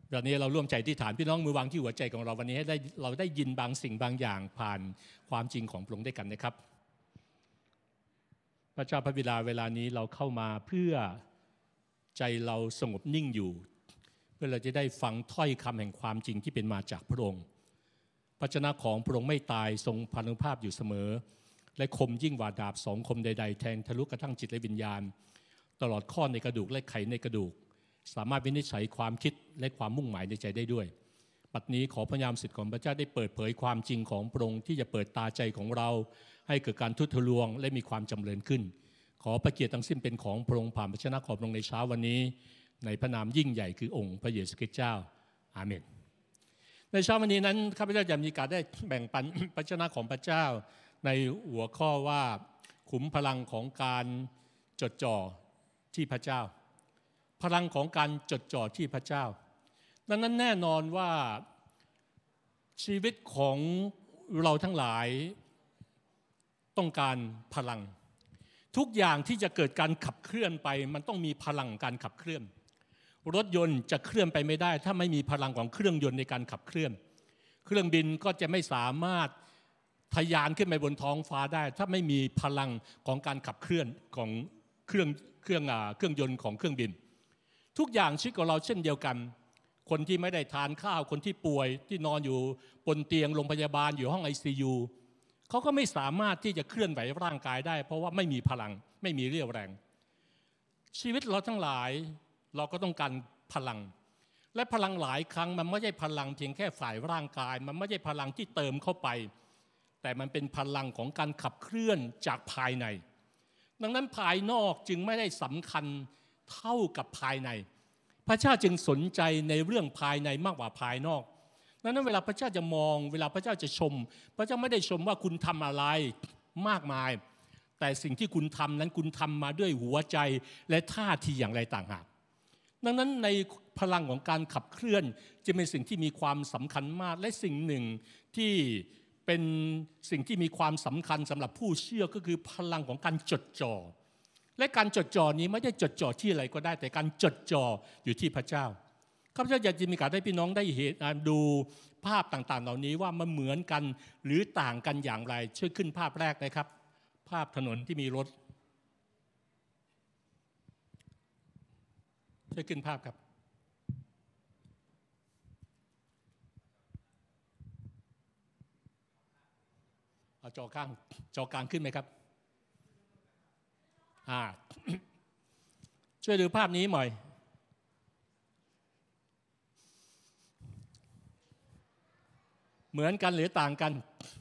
วันนี้เราร่วมใจที่ฐานพี่น้องมือวางที่หัวใจของเราวันนี้ให้เราได้ยินบางสิ่งบางอย่างผ่านความจริงของพระองค์ด้วยกันนะครับพระเจ้าพระบิดาเวลานี้เราเข้ามาเพื่อใจเราสงบนิ่งอยู่เพื่อเราจะได้ฟังถ้อยคำแห่งความจริงที่เป็นมาจากพระองค์พระชนะของพระองค์ไม่ตายทรงพานุภาพอยู่เสมอและคมยิ่งกว่าดาบสองคมใดๆแทงทะลุกระทั่งจิตและวิญญาณตลอดข้อในกระดูกและไขในกระดูกสามารถวินิจฉัยความคิดและความมุ่งหมายในใจได้ด้วยบัดนี้ขอพระยามสิทธิ์ของพระเจ้าได้เปิดเผยความจริงของพระองค์ที่จะเปิดตาใจของเราให้เกิดการทุทะลวงและมีความจำเริญขึ้นขอพระเกียรติทั้งสิ้นเป็นของพระองค์ผ่านพระชนะของพระองค์ในเช้าวันนี้ในพระนามยิ่งใหญ่คือองค์พระเยซูคริสต์เจ้าอาเมนในเช้าวันนี้นั้นข้าพเจ้าจะมีการได้แบ่งปันพระชนะของพระเจ้าในหัวข้อว่าขุมพลังของการจดจ่อที่พระเจ้าพลังของการจดจ่อที่พระเจ้าดังนั้นแน่นอนว่าชีวิตของเราทั้งหลายต้องการพลังทุกอย่างที่จะเกิดการขับเคลื่อนไปมันต้องมีพลังการขับเคลื่อนรถยนต์จะเคลื่อนไปไม่ได้ถ้าไม่มีพลังของเครื่องยนต์ในการขับเคลื่อนเครื่องบินก็จะไม่สามารถทะยานขึ้นไปบนท้องฟ้าได้ถ้าไม่มีพลังของการขับเคลื่อนของเครื่องยนต์ของเครื่องบินทุกอย่างชีวิตของเราเช่นเดียวกันคนที่ไม่ได้ทานข้าวคนที่ป่วยที่นอนอยู่บนเตียงโรงพยาบาลอยู่ห้อง ICU เขาก็ไม่สามารถที่จะเคลื่อนไหวร่างกายได้เพราะว่าไม่มีพลังไม่มีเรี่ยวแรงชีวิตเราทั้งหลายเราก็ต้องการพลังและพลังหลายครั้งมันไม่ใช่พลังเพียงแค่ฝ่ายร่างกายมันไม่ใช่พลังที่เติมเข้าไปแต่มันเป็นพลังของการขับเคลื่อนจากภายในดังนั้นภายนอกจึงไม่ได้สำคัญเท่ากับภายในพระเจ้าจึงสนใจในเรื่องภายในมากกว่าภายนอกดังนั้นเวลาพระเจ้าจะมองเวลาพระเจ้าจะชมพระเจ้าไม่ได้ชมว่าคุณทำอะไรมากมายแต่สิ่งที่คุณทำนั้นคุณทำมาด้วยหัวใจและท่าทีอย่างไรต่างหากดังนั้นในพลังของการขับเคลื่อนจะเป็นสิ่งที่มีความสำคัญมากและสิ่งหนึ่งที่เป็นสิ่งที่มีความสำคัญสำหรับผู้เชื่อก็คือพลังของการจดจ่อและการจดจ่อนี้ไม่ได้จดจ่อที่อะไรก็ได้แต่การจดจ่ออยู่ที่พระเจ้าข้าพเจ้าอยากจะมีการให้พี่น้องได้เห็นดูภาพต่างๆเหล่านี้ว่ามันเหมือนกันหรือต่างกันอย่างไรช่วยขึ้นภาพแรกนะครับภาพถนนที่มีรถช่วยขึ้นภาพครับเอาจอกลางขึ้นไหมครับช่วยดูภาพนี้หน่อยเหมือนกันหรือต่างกัน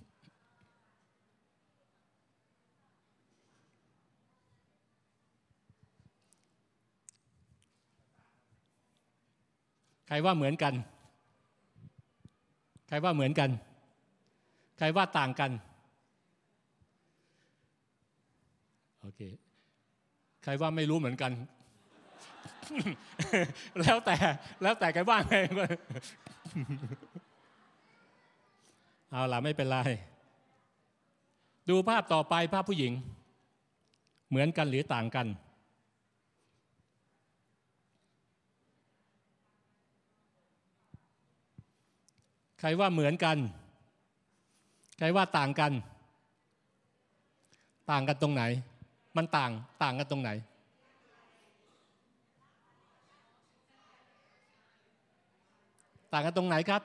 ใครว่าเหมือนกันใครว่าเหมือนกันใครว่าต่างกันโอเคใครว่าไม่รู้เหมือนกัน แล้วแต่ใครว่าไง เอาล่ะไม่เป็นไรดูภาพต่อไปภาพผู้หญิงเหมือนกันหรือต่างกันใครว่าเหมือนกันใครว่าต่างกันต่างกันตรงไหนมันต่างกันตรงไหนต่างกันตรงไหนครับ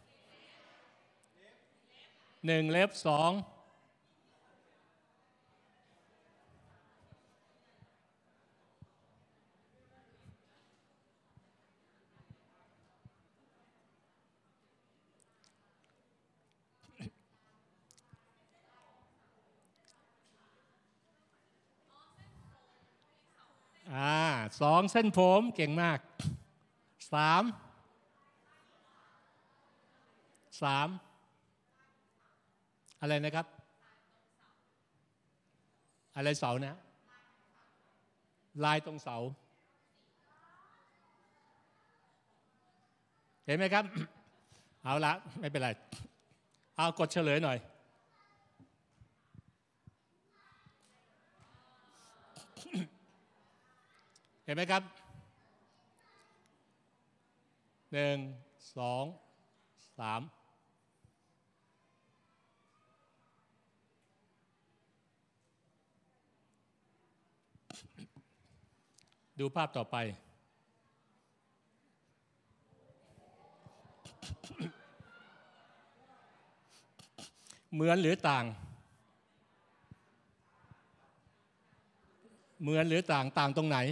1 เล็บ 22เส้นผมเก่งมาก3อะไรนะครับอะไรเสานะลายตรงเสาเห็นไหมครับเอาละไม่เป็นไรเอากดเฉลยหน่อยเห็นไหมครับ1 1 2 3ดูภาพต่อไปเหมือนหรือต่างเหมือนหรือต่างต่างตรงไหน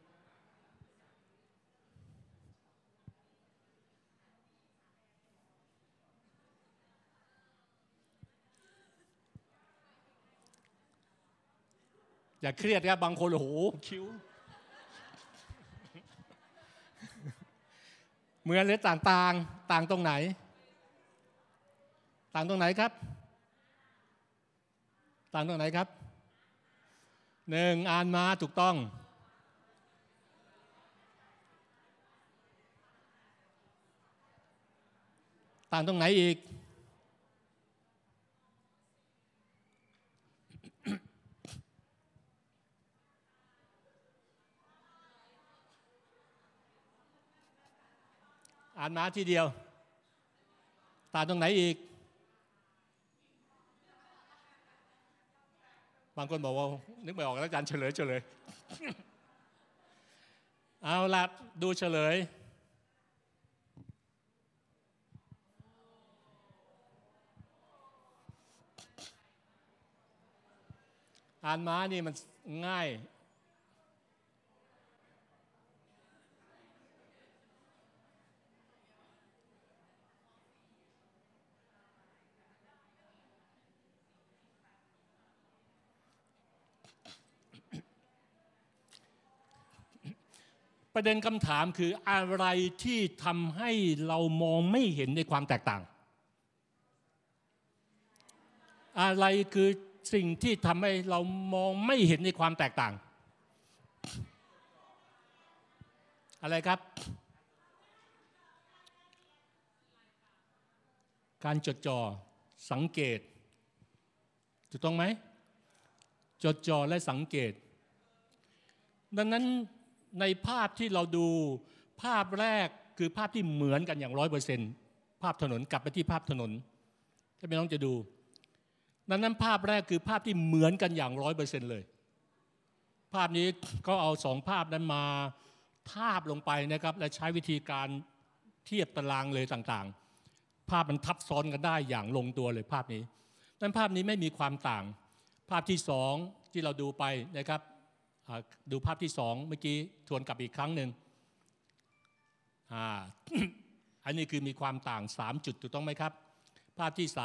อย่าเครียดครับบางคนโอ้โหคิ้วเหมือนหรือต่างต่างต่างตรงไหนต่างตรงไหนครับต่างตรงไหนครับ1อ่านมาถูกต้องต่างตรงไหนอีกอ่านมาทีเดียวต่างตรงไหนอีกบางคนบอกว่านึกไม่ออกแล้วอาจารย์เฉลยเอาล่ะดูเฉลยอ่านมานี่มันง่ายประเด็นคำถามคืออะไรที่ทำให้เรามองไม่เห็นในความแตกต่างอะไรคือสิ่งที่ทำให้เรามองไม่เห็นในความแตกต่างอะไรครับการจดจ่อสังเกตถูกต้องไหมจดจ่อและสังเกตดังนั้นในภาพที่เราดูภาพแรกคือภาพที่เหมือนกันอย่าง 100% ภาพถนนกลับไปที่ภาพถนนถ้าพี่น้องจะดูดังนั้นภาพแรกคือภาพที่เหมือนกันอย่าง 100% เลยภาพนี้ก็เอา2ภาพนั้นมาทาบลงไปนะครับและใช้วิธีการเทียบตารางเลยต่างๆภาพมันทับซ้อนกันได้อย่างลงตัวเลยภาพนี้นั้นภาพนี้ไม่มีความต่างภาพที่2ที่เราดูไปนะครับดูภาพที่2เมื่อกี้ทวนกลับอีกครั้งหนึ่งอันนี้คือมีความต่าง3จุดถูกต้องไหมครับภาพที่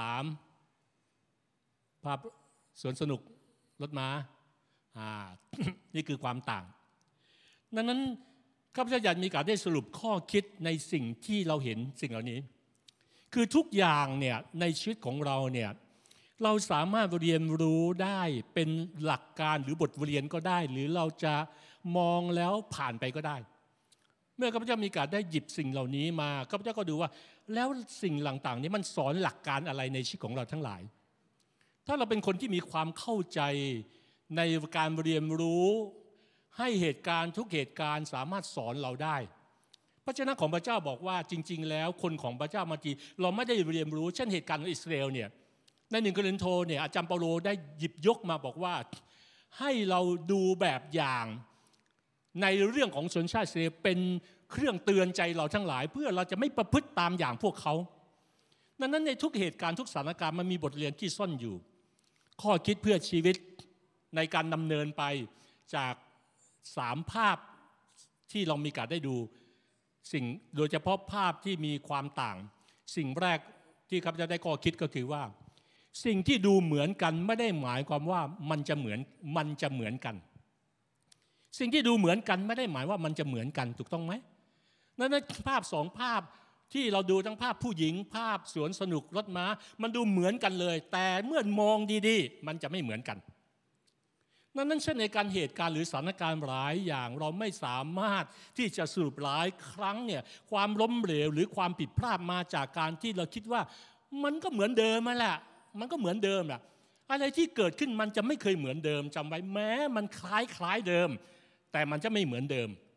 3ภาพสวนสนุกรถม้านี่คือความต่างดังนั้นข้าพเจ้าอยากมีการได้สรุปข้อคิดในสิ่งที่เราเห็นสิ่งเหล่านี้คือทุกอย่างเนี่ยในชีวิตของเราเนี่ยเราสามารถเรียนรู้ได้เป็นหลักการหรือบทเรียนก็ได้หรือเราจะมองแล้วผ่านไปก็ได้เมื่อข้าพเจ้ามีการได้หยิบสิ่งเหล่านี้มาข้าพเจ้าก็ดูว่าแล้วสิ่งต่างๆนี้มันสอนหลักการอะไรในชีวิตของเราทั้งหลายถ้าเราเป็นคนที่มีความเข้าใจในการเรียนรู้ให้เหตุการณ์ทุกเหตุการณ์สามารถสอนเราได้พระเจ้าของพระเจ้าบอกว่าจริงๆแล้วคนของพระเจ้าบางทีเราไม่ได้เรียนรู้เช่นเหตุการณ์ของอิสราเอลเนี่ยใน1 โครินธ์เนี่ยอาจารย์เปาโลได้หยิบยกมาบอกว่าให้เราดูแบบอย่างในเรื่องของชนชาติอิสราเอลเป็นเครื่องเตือนใจเราทั้งหลายเพื่อเราจะไม่ประพฤติตามอย่างพวกเขาดังนั้นในทุกเหตุการณ์ทุกสถานการณ์มันมีบทเรียนที่ซ่อนอยู่ข้อคิดเพื่อชีวิตในการดำเนินไปจาก3ภาพที่เรามีการได้ดูสิ่งโดยเฉพาะภาพที่มีความต่างสิ่งแรกที่ข้าพเจ้าได้ข้อคิดก็คือว่าสิ่งที่ดูเหมือนกันไม่ได้หมายความว่ามันจะเหมือนกันสิ่งที่ดูเหมือนกันไม่ได้หมายว่ามันจะเหมือนกันถูกต้องไหมนั่นภาพ2ภาพที่เราดูทั้งภาพผู้หญิงภาพสวนสนุกรถม้ามันดูเหมือนกันเลยแต่เมื่อมองดีๆมันจะไม่เหมือนกันนั่นเช่นในการเหตุการณ์หรือสถานการณ์หลายอย่างเราไม่สามารถที่จะสรุปหลายครั้งเนี่ยความล้มเหลวหรือความผิดพลาดมาจากการที่เราคิดว่ามันก็เหมือนเดิมนั่นแหละมันก็เหมือนเดิมแหละอะไรที่เกิดขึ้นมันจะไม่เคยเหมือนเดิมจำไว้แม้มันคล้ายเดิมแต่มันจะไม่เหมือนเดิม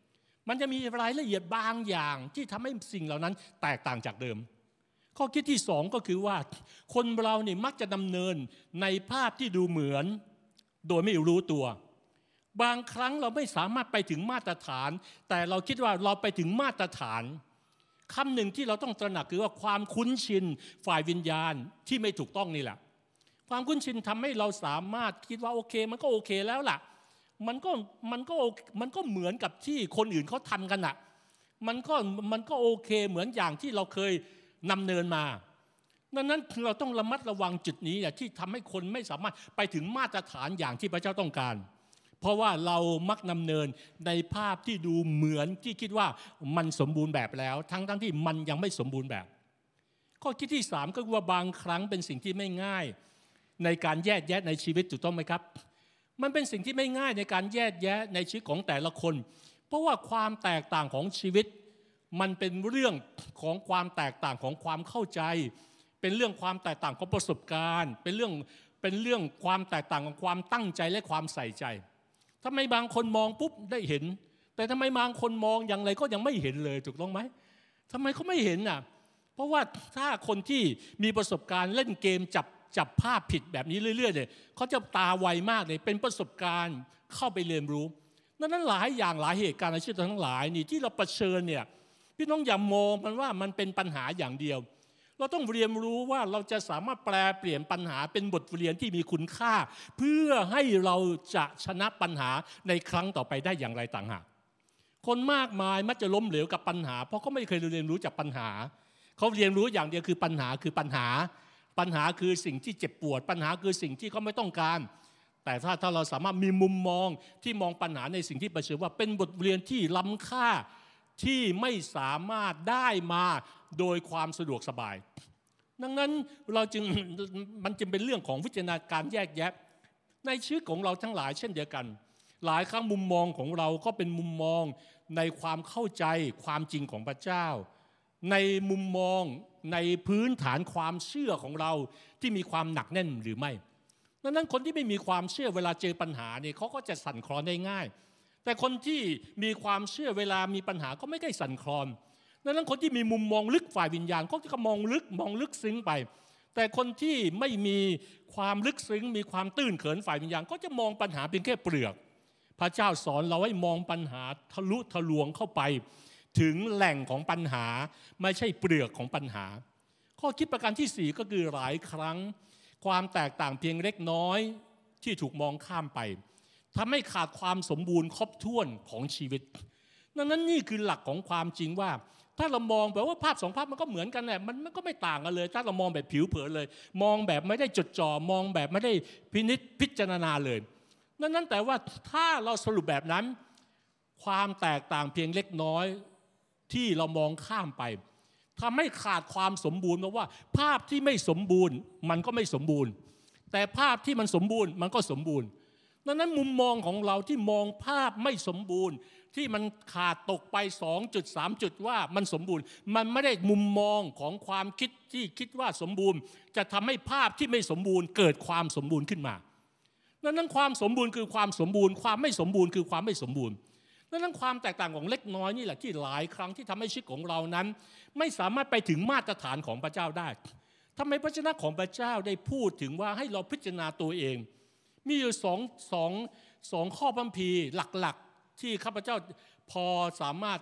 มันจะมีรายละเอียดบางอย่างที่ทำให้สิ่งเหล่านั้นแตกต่างจากเดิมข้อคิดที่สองก็คือว่าคนเราเนี่ยมักจะดำเนินในภาพที่ดูเหมือนโดยไม่รู้ตัวบางครั้งเราไม่สามารถไปถึงมาตรฐานแต่เราคิดว่าเราไปถึงมาตรฐานคำหนึ่งที่เราต้องตระหนักคือว่าความคุ้นชินฝ่ายวิญญาณที่ไม่ถูกต้องนี่แหละความคุ้นชินทำให้เราสามารถคิดว่าโอเคมันก็โอเคแล้วล่ะมันก็เหมือนกับที่คนอื่นเขาทำกันอ่ะมันก็โอเคเหมือนอย่างที่เราเคยนำเนินมาดังนั้นเราต้องระมัดระวังจุดนี้ที่ทำให้คนไม่สามารถไปถึงมาตรฐานอย่างที่พระเจ้าต้องการเพราะว่าเรามักนำเนินในภาพที่ดูเหมือนที่คิดว่ามันสมบูรณ์แบบแล้วทั้งที่มันยังไม่สมบูรณ์แบบข้อคิดที่3ก็คือว่าบางครั้งเป็นสิ่งที่ไม่ง่ายในการแยกแยะในชีวิตถูกต้องไหมครับมันเป็นสิ่งที่ไม่ง่ายในการแยกแยะในชีวิตของแต่ละคนเพราะว่าความแตกต่างของชีวิตมันเป็นเรื่องของความแตกต่างของความเข้าใจเป็นเรื่องความแตกต่างของประสบการณ์เป็นเรื่องความแตกต่างของความตั้งใจและความใส่ใจทำไมบางคนมองปุ๊บได้เห็นแต่ทำไมบางคนมองอย่างไรก็ยังไม่เห็นเลยถูกต้องไหมทำไมเขาไม่เห็นอ่ะเพราะว่าถ้าคนที่มีประสบการณ์เล่นเกมจับภาพผิดแบบนี้เรื่อยๆเนี่ยเขาจะตาไวมากเลยเป็นประสบการณ์เข้าไปเรียนรู้นั้นหลายอย่างหลายเหตุการณ์ในชีวิตทั้งหลายนี่ที่เราเผชิญเนี่ยพี่น้องอย่ามองมันว่ามันเป็นปัญหาอย่างเดียวเราต้องเรียนรู้ว่าเราจะสามารถแปลเปลี่ยนปัญหาเป็นบทเรียนที่มีคุณค่าเพื่อให้เราจะชนะปัญหาในครั้งต่อไปได้อย่างไรต่างหากคนมากมายมักจะล้มเหลวกับปัญหาเพราะเขาไม่เคยเรียนรู้จากปัญหาเขาเรียนรู้อย่างเดียวคือปัญหาคือสิ่งที่เจ็บปวดปัญหาคือสิ่งที่เขาไม่ต้องการแต่ถ้าเราสามารถมีมุมมองที่มองปัญหาในสิ่งที่เผชิญว่าเป็นบทเรียนที่ล้ำค่าที่ไม่สามารถได้มาโดยความสะดวกสบายดังนั้นมันจึงเป็นเรื่องของวิจารณาการแยกแยะในชีวิตของเราทั้งหลายเช่นเดียวกันหลายครั้งมุมมองของเราก็เป็นมุมมองในความเข้าใจความจริงของพระเจ้าในมุมมองในพื้นฐานความเชื่อของเราที่มีความหนักแน่นหรือไม่ดังนั้นคนที่ไม่มีความเชื่อเวลาเจอปัญหาเนี่ยเขาก็จะสั่นคลอนได้ง่ายแต่คนที่มีความเชื่อเวลามีปัญหาก็ไม่ได้สั่นคลอนดังนั้นคนที่มีมุมมองลึกฝ่ายวิญญาณก็จะมองลึกซึ้งไปแต่คนที่ไม่มีความลึกซึ้งมีความตื้นเขินฝ่ายวิญญาณก็จะมองปัญหาเพียงแค่เปลือกพระเจ้าสอนเราให้มองปัญหาทะลุทะลวงเข้าไปถึงแหล่งของปัญหาไม่ใช่เปลือกของปัญหาข้อคิดประการที่4ก็คือหลายครั้งความแตกต่างเพียงเล็กน้อยที่ถูกมองข้ามไปทำให้ขาดความสมบูรณ์ครบถ้วนของชีวิตดังนั้นนี่คือหลักของความจริงว่าถ้าเรามองแบบว่าภาพ2ภาพมันก็เหมือนกันแหละมันก็ไม่ต่างกันเลยถ้าเรามองแบบผิวเผินเลยมองแบบไม่ได้จดจ่อมองแบบไม่ได้พิจารณาเลยนั้นแต่ว่าถ้าเราสรุปแบบนั้นความแตกต่างเพียงเล็กน้อยที่เรามองข้ามไปทำให้ขาดความสมบูรณ์เพราะว่าภาพที่ไม่สมบูรณ์มันก็ไม่สมบูรณ์แต่ภาพที่มันสมบูรณ์มันก็สมบูรณ์ดังนั้นมุมมองของเราที่มองภาพไม่สมบูรณ์ที่มันขาดตกไป2.3 จุดว่ามันสมบูรณ์มันไม่ได้มุมมองของความคิดที่คิดว่าสมบูรณ์จะทำให้ภาพที่ไม่สมบูรณ์เกิดความสมบูรณ์ขึ้นมาดังนั้นความสมบูรณ์คือความสมบูรณ์ความไม่สมบูรณ์คือความไม่สมบูรณ์ดังนั้นความแตกต่างของเล็กน้อยนี่แหละที่หลายครั้งที่ทำให้ชีวิตของเรานั้นไม่สามารถไปถึงมาตรฐานของพระเจ้าได้ทำไมพระเจ้าของพระเจ้าได้พูดถึงว่าให้เราพิจารณาตัวเองมีอยู่สองข้อพระคัมภีร์หลักๆที่ข้าพเจ้าพอสามารถ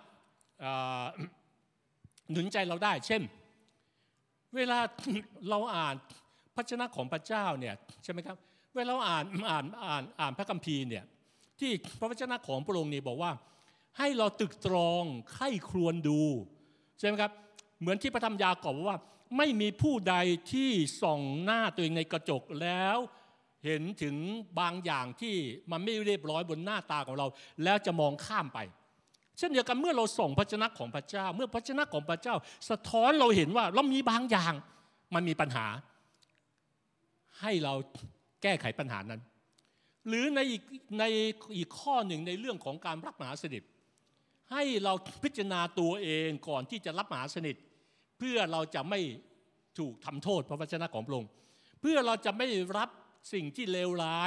หนุนใจเราได้เช่นเวลาเราอ่านพระชนะของพระเจ้าเนี่ยใช่ไหมครับเวลาเราอ่านพระคัมภีร์เนี่ยที่พระวจนะของพระองค์นี่บอกว่าให้เราตึกตรองใคร่ครวญดูใช่ไหมครับเหมือนที่พระธรรมยากอบบอกว่าไม่มีผู้ใดที่ส่องหน้าตัวเองในกระจกแล้วเห็นถึงบางอย่างที่มันไม่เรียบร้อยบนหน้าตาของเราแล้วจะมองข้ามไปเช่นเดียวกันเมื่อเราส่องพระวจนะของพระเจ้าเมื่อพระวจนะของพระเจ้าสะท้อนเราเห็นว่าเรามีบางอย่างมันมีปัญหาให้เราแก้ไขปัญหานั้นหรือในอีกข้อหนึ่งในเรื่องของการรับมหาสนิทให้เราพิจารณาตัวเองก่อนที่จะรับมหาสนิทเพื่อเราจะไม่ถูกทำโทษพระวจนะของพระองค์เพื่อเราจะไม่รับสิ่งที่เลวร้าย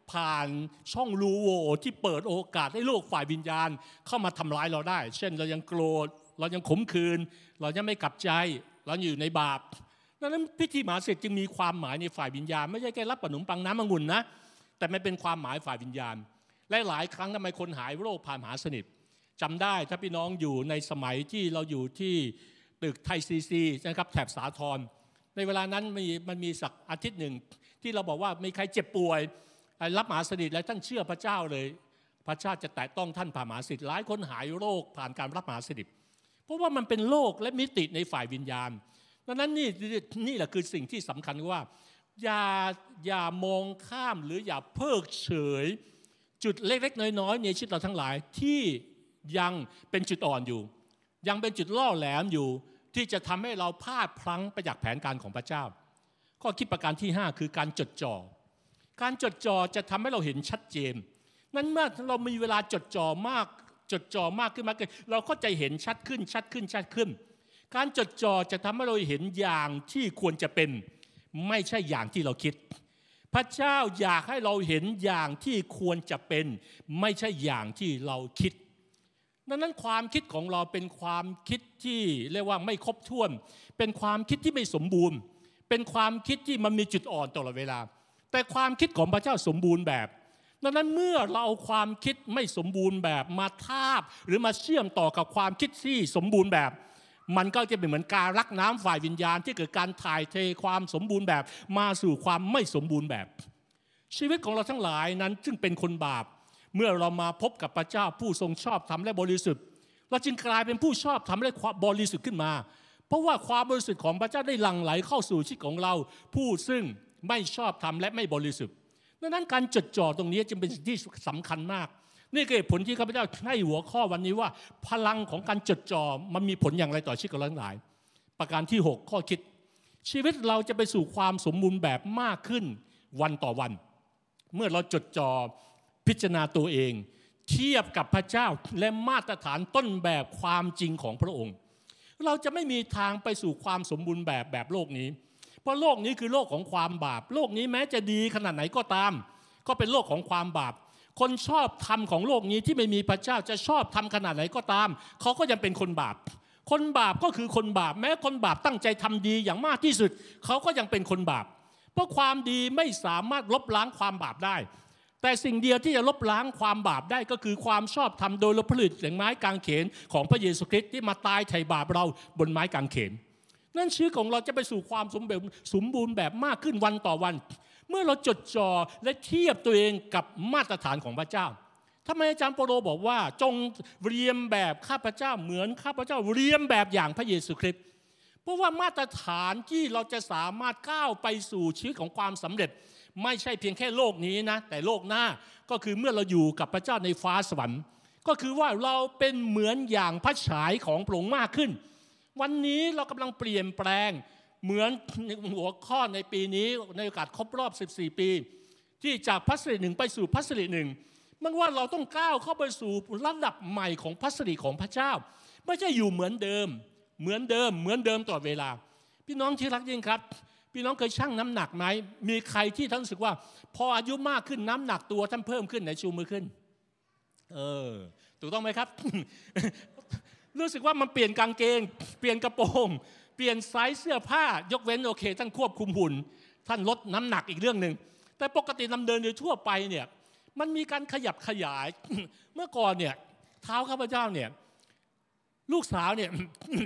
ผ่านช่องรูโหว่ที่เปิดโอกาสให้โลกฝ่ายวิญญาณเข้ามาทำร้ายเราได้เช่นเรายังโกรธเรายังขมขื่นเรายังไม่กลับใจเราอยู่ในบาปดังนั้นพิธีมหาสนิทจึงมีความหมายในฝ่ายวิญญาณไม่ใช่แค่รับขนมปังน้ำองุ่นนะแต่มันเป็นความหมายฝ่ายวิญญาณและหลายครั้งทำไมคนหายโรคผ่านมหาสนิทจำได้ถ้าพี่น้องอยู่ในสมัยที่เราอยู่ที่ตึกไทยซีซีนะครับแถบสาทรในเวลานั้นมันมีสักอาทิตย์หนึ่งที่เราบอกว่ามีใครเจ็บป่วยรับมหาสนิทและท่านเชื่อพระเจ้าเลยพระเจ้าจะแตะต้องท่านผ่านมหาสนิทหลายคนหายโรคผ่านการรับมหาสนิทเพราะว่ามันเป็นโลกและมิติในฝ่ายวิญญาณดังนั้นนี่แหละคือสิ่งที่สำคัญว่าอย่ามองข้ามหรืออย่าเพิกเฉยจุดเล็กๆน้อยๆในชีวิตเราทั้งหลายที่ยังเป็นจุดอ่อนอยู่ยังเป็นจุดล่อแหลมอยู่ที่จะทำให้เราพลาดพลั้งไปจากแผนการของพระเจ้าข้อคิดประการที่5คือการจดจ่อการจดจ่อจะทำให้เราเห็นชัดเจนนั้นเมื่อเรามีเวลาจดจ่อมากขึ้นเราก็จะเห็นชัดขึ้นการจดจ่อจะทำให้เราเห็นอย่างที่ควรจะเป็นไม่ใช่อย่างที่เราคิดพระเจ้าอยากให้เราเห็นอย่างที่ควรจะเป็นไม่ใช่อย่างที่เราคิดดังนั้นความคิดของเราเป็นความคิดที่เรียกว่าไม่ครบถ้วนเป็นความคิดที่ไม่สมบูรณ์เป็นความคิดที่มันมีจุดอ่อนตลอดเวลาแต่ความคิดของพระเจ้าสมบูรณ์แบบดังนั้นเมื่อเราเอาความคิดไม่สมบูรณ์แบบมาทาบหรือมาเชื่อมต่อกับความคิดที่สมบูรณ์แบบมันก็จะเป็นเหมือนการรักน้ำฝ่ายวิญญาณที่เกิดการถ่ายเทความสมบูรณ์แบบมาสู่ความไม่สมบูรณ์แบบชีวิตของเราทั้งหลายนั้นซึ่งเป็นคนบาปเมื่อเรามาพบกับพระเจ้าผู้ทรงชอบธรรมและบริสุทธิ์เราจึงกลายเป็นผู้ชอบธรรมและบริสุทธิ์ขึ้นมาเพราะว่าความบริสุทธิ์ของพระเจ้าได้หลั่งไหลเข้าสู่ชีวิตของเราผู้ซึ่งไม่ชอบธรรมและไม่บริสุทธิ์ดังนั้นการจดจ่อตรงนี้จึงเป็นสิ่งที่สำคัญมากนี่คือผลที่ข้าพเจ้าให้หัวข้อวันนี้ว่าพลังของการจดจ่อมันมีผลอย่างไรต่อชีวิตของเราทั้งหลายประการที่6ข้อคิดชีวิตเราจะไปสู่ความสมบูรณ์แบบมากขึ้นวันต่อวันเมื่อเราจดจ่อพิจารณาตัวเองเทียบกับพระเจ้าและมาตรฐานต้นแบบความจริงของพระองค์เราจะไม่มีทางไปสู่ความสมบูรณ์แบบโลกนี้เพราะโลกนี้คือโลกของความบาปโลกนี้แม้จะดีขนาดไหนก็ตามก็เป็นโลกของความบาปคนชอบธรรมของโลกนี้ที่ไม่มีพระเจ้าจะชอบธรรมขนาดไหนก็ตามเขาก็ยังเป็นคนบาปคนบาปก็คือคนบาปแม้คนบาปตั้งใจทำดีอย่างมากที่สุดเขาก็ยังเป็นคนบาปเพราะความดีไม่สามารถลบล้างความบาปได้แต่สิ่งเดียวที่จะลบล้างความบาปได้ก็คือความชอบธรรมโดยผลิตแห่งไม้กางเขนของพระเยซูคริสต์ที่มาตายไถ่บาปเราบนไม้กางเขนนั่นชีวิตของเราจะไปสู่ความสมบูรณ์แบบมากขึ้นวันต่อวันเมื่อเราจดจ่อและเทียบตัวเองกับมาตรฐานของพระเจ้าทำไมอาจารย์เปโตรบอกว่าจงเรียนแบบข้าพเจ้าเหมือนข้าพเจ้าเรียนแบบอย่างพระเยซูคริสต์เพราะว่ามาตรฐานที่เราจะสามารถก้าวไปสู่ชีวิตของความสำเร็จไม่ใช่เพียงแค่โลกนี้นะแต่โลกหน้าก็คือเมื่อเราอยู่กับพระเจ้าในฟ้าสวรรค์ก็คือว่าเราเป็นเหมือนอย่างพระฉายของพระองค์มากขึ้นวันนี้เรากำลังเปลี่ยนแปลงเหมือนหัวข้อในปีนี้ในโอกาสครบรอบ14ปีที่จากพัสดุหนึ่งไปสู่พัสดุหนึ่งมันว่าเราต้องก้าวเข้าไปสู่ระดับใหม่ของพัสดุของพระเจ้าไม่ใช่อยู่เหมือนเดิมตลอดเวลาพี่น้องที่รักยิ่งครับพี่น้องเคยชั่งน้ำหนักไหมมีใครที่ท่านรู้สึกว่าพออายุมากขึ้นน้ำหนักตัวท่านเพิ่มขึ้นไหนชูมือขึ้นถูกต้องไหมครับ รู้สึกว่ามันเปลี่ยนกางเกงเปลี่ยนกระโปรงเปลี่ยนไซส์เสื้อผ้ายกเว้นโอเคท่านควบคุมหุ่นท่านลดน้ำหนักอีกเรื่องนึงแต่ปกติดำเนินโดยทั่วไปเนี่ยมันมีการขยับขยาย เมื่อก่อนเนี่ยเท้าข้าพเจ้าเนี่ยลูกสาวเนี่ย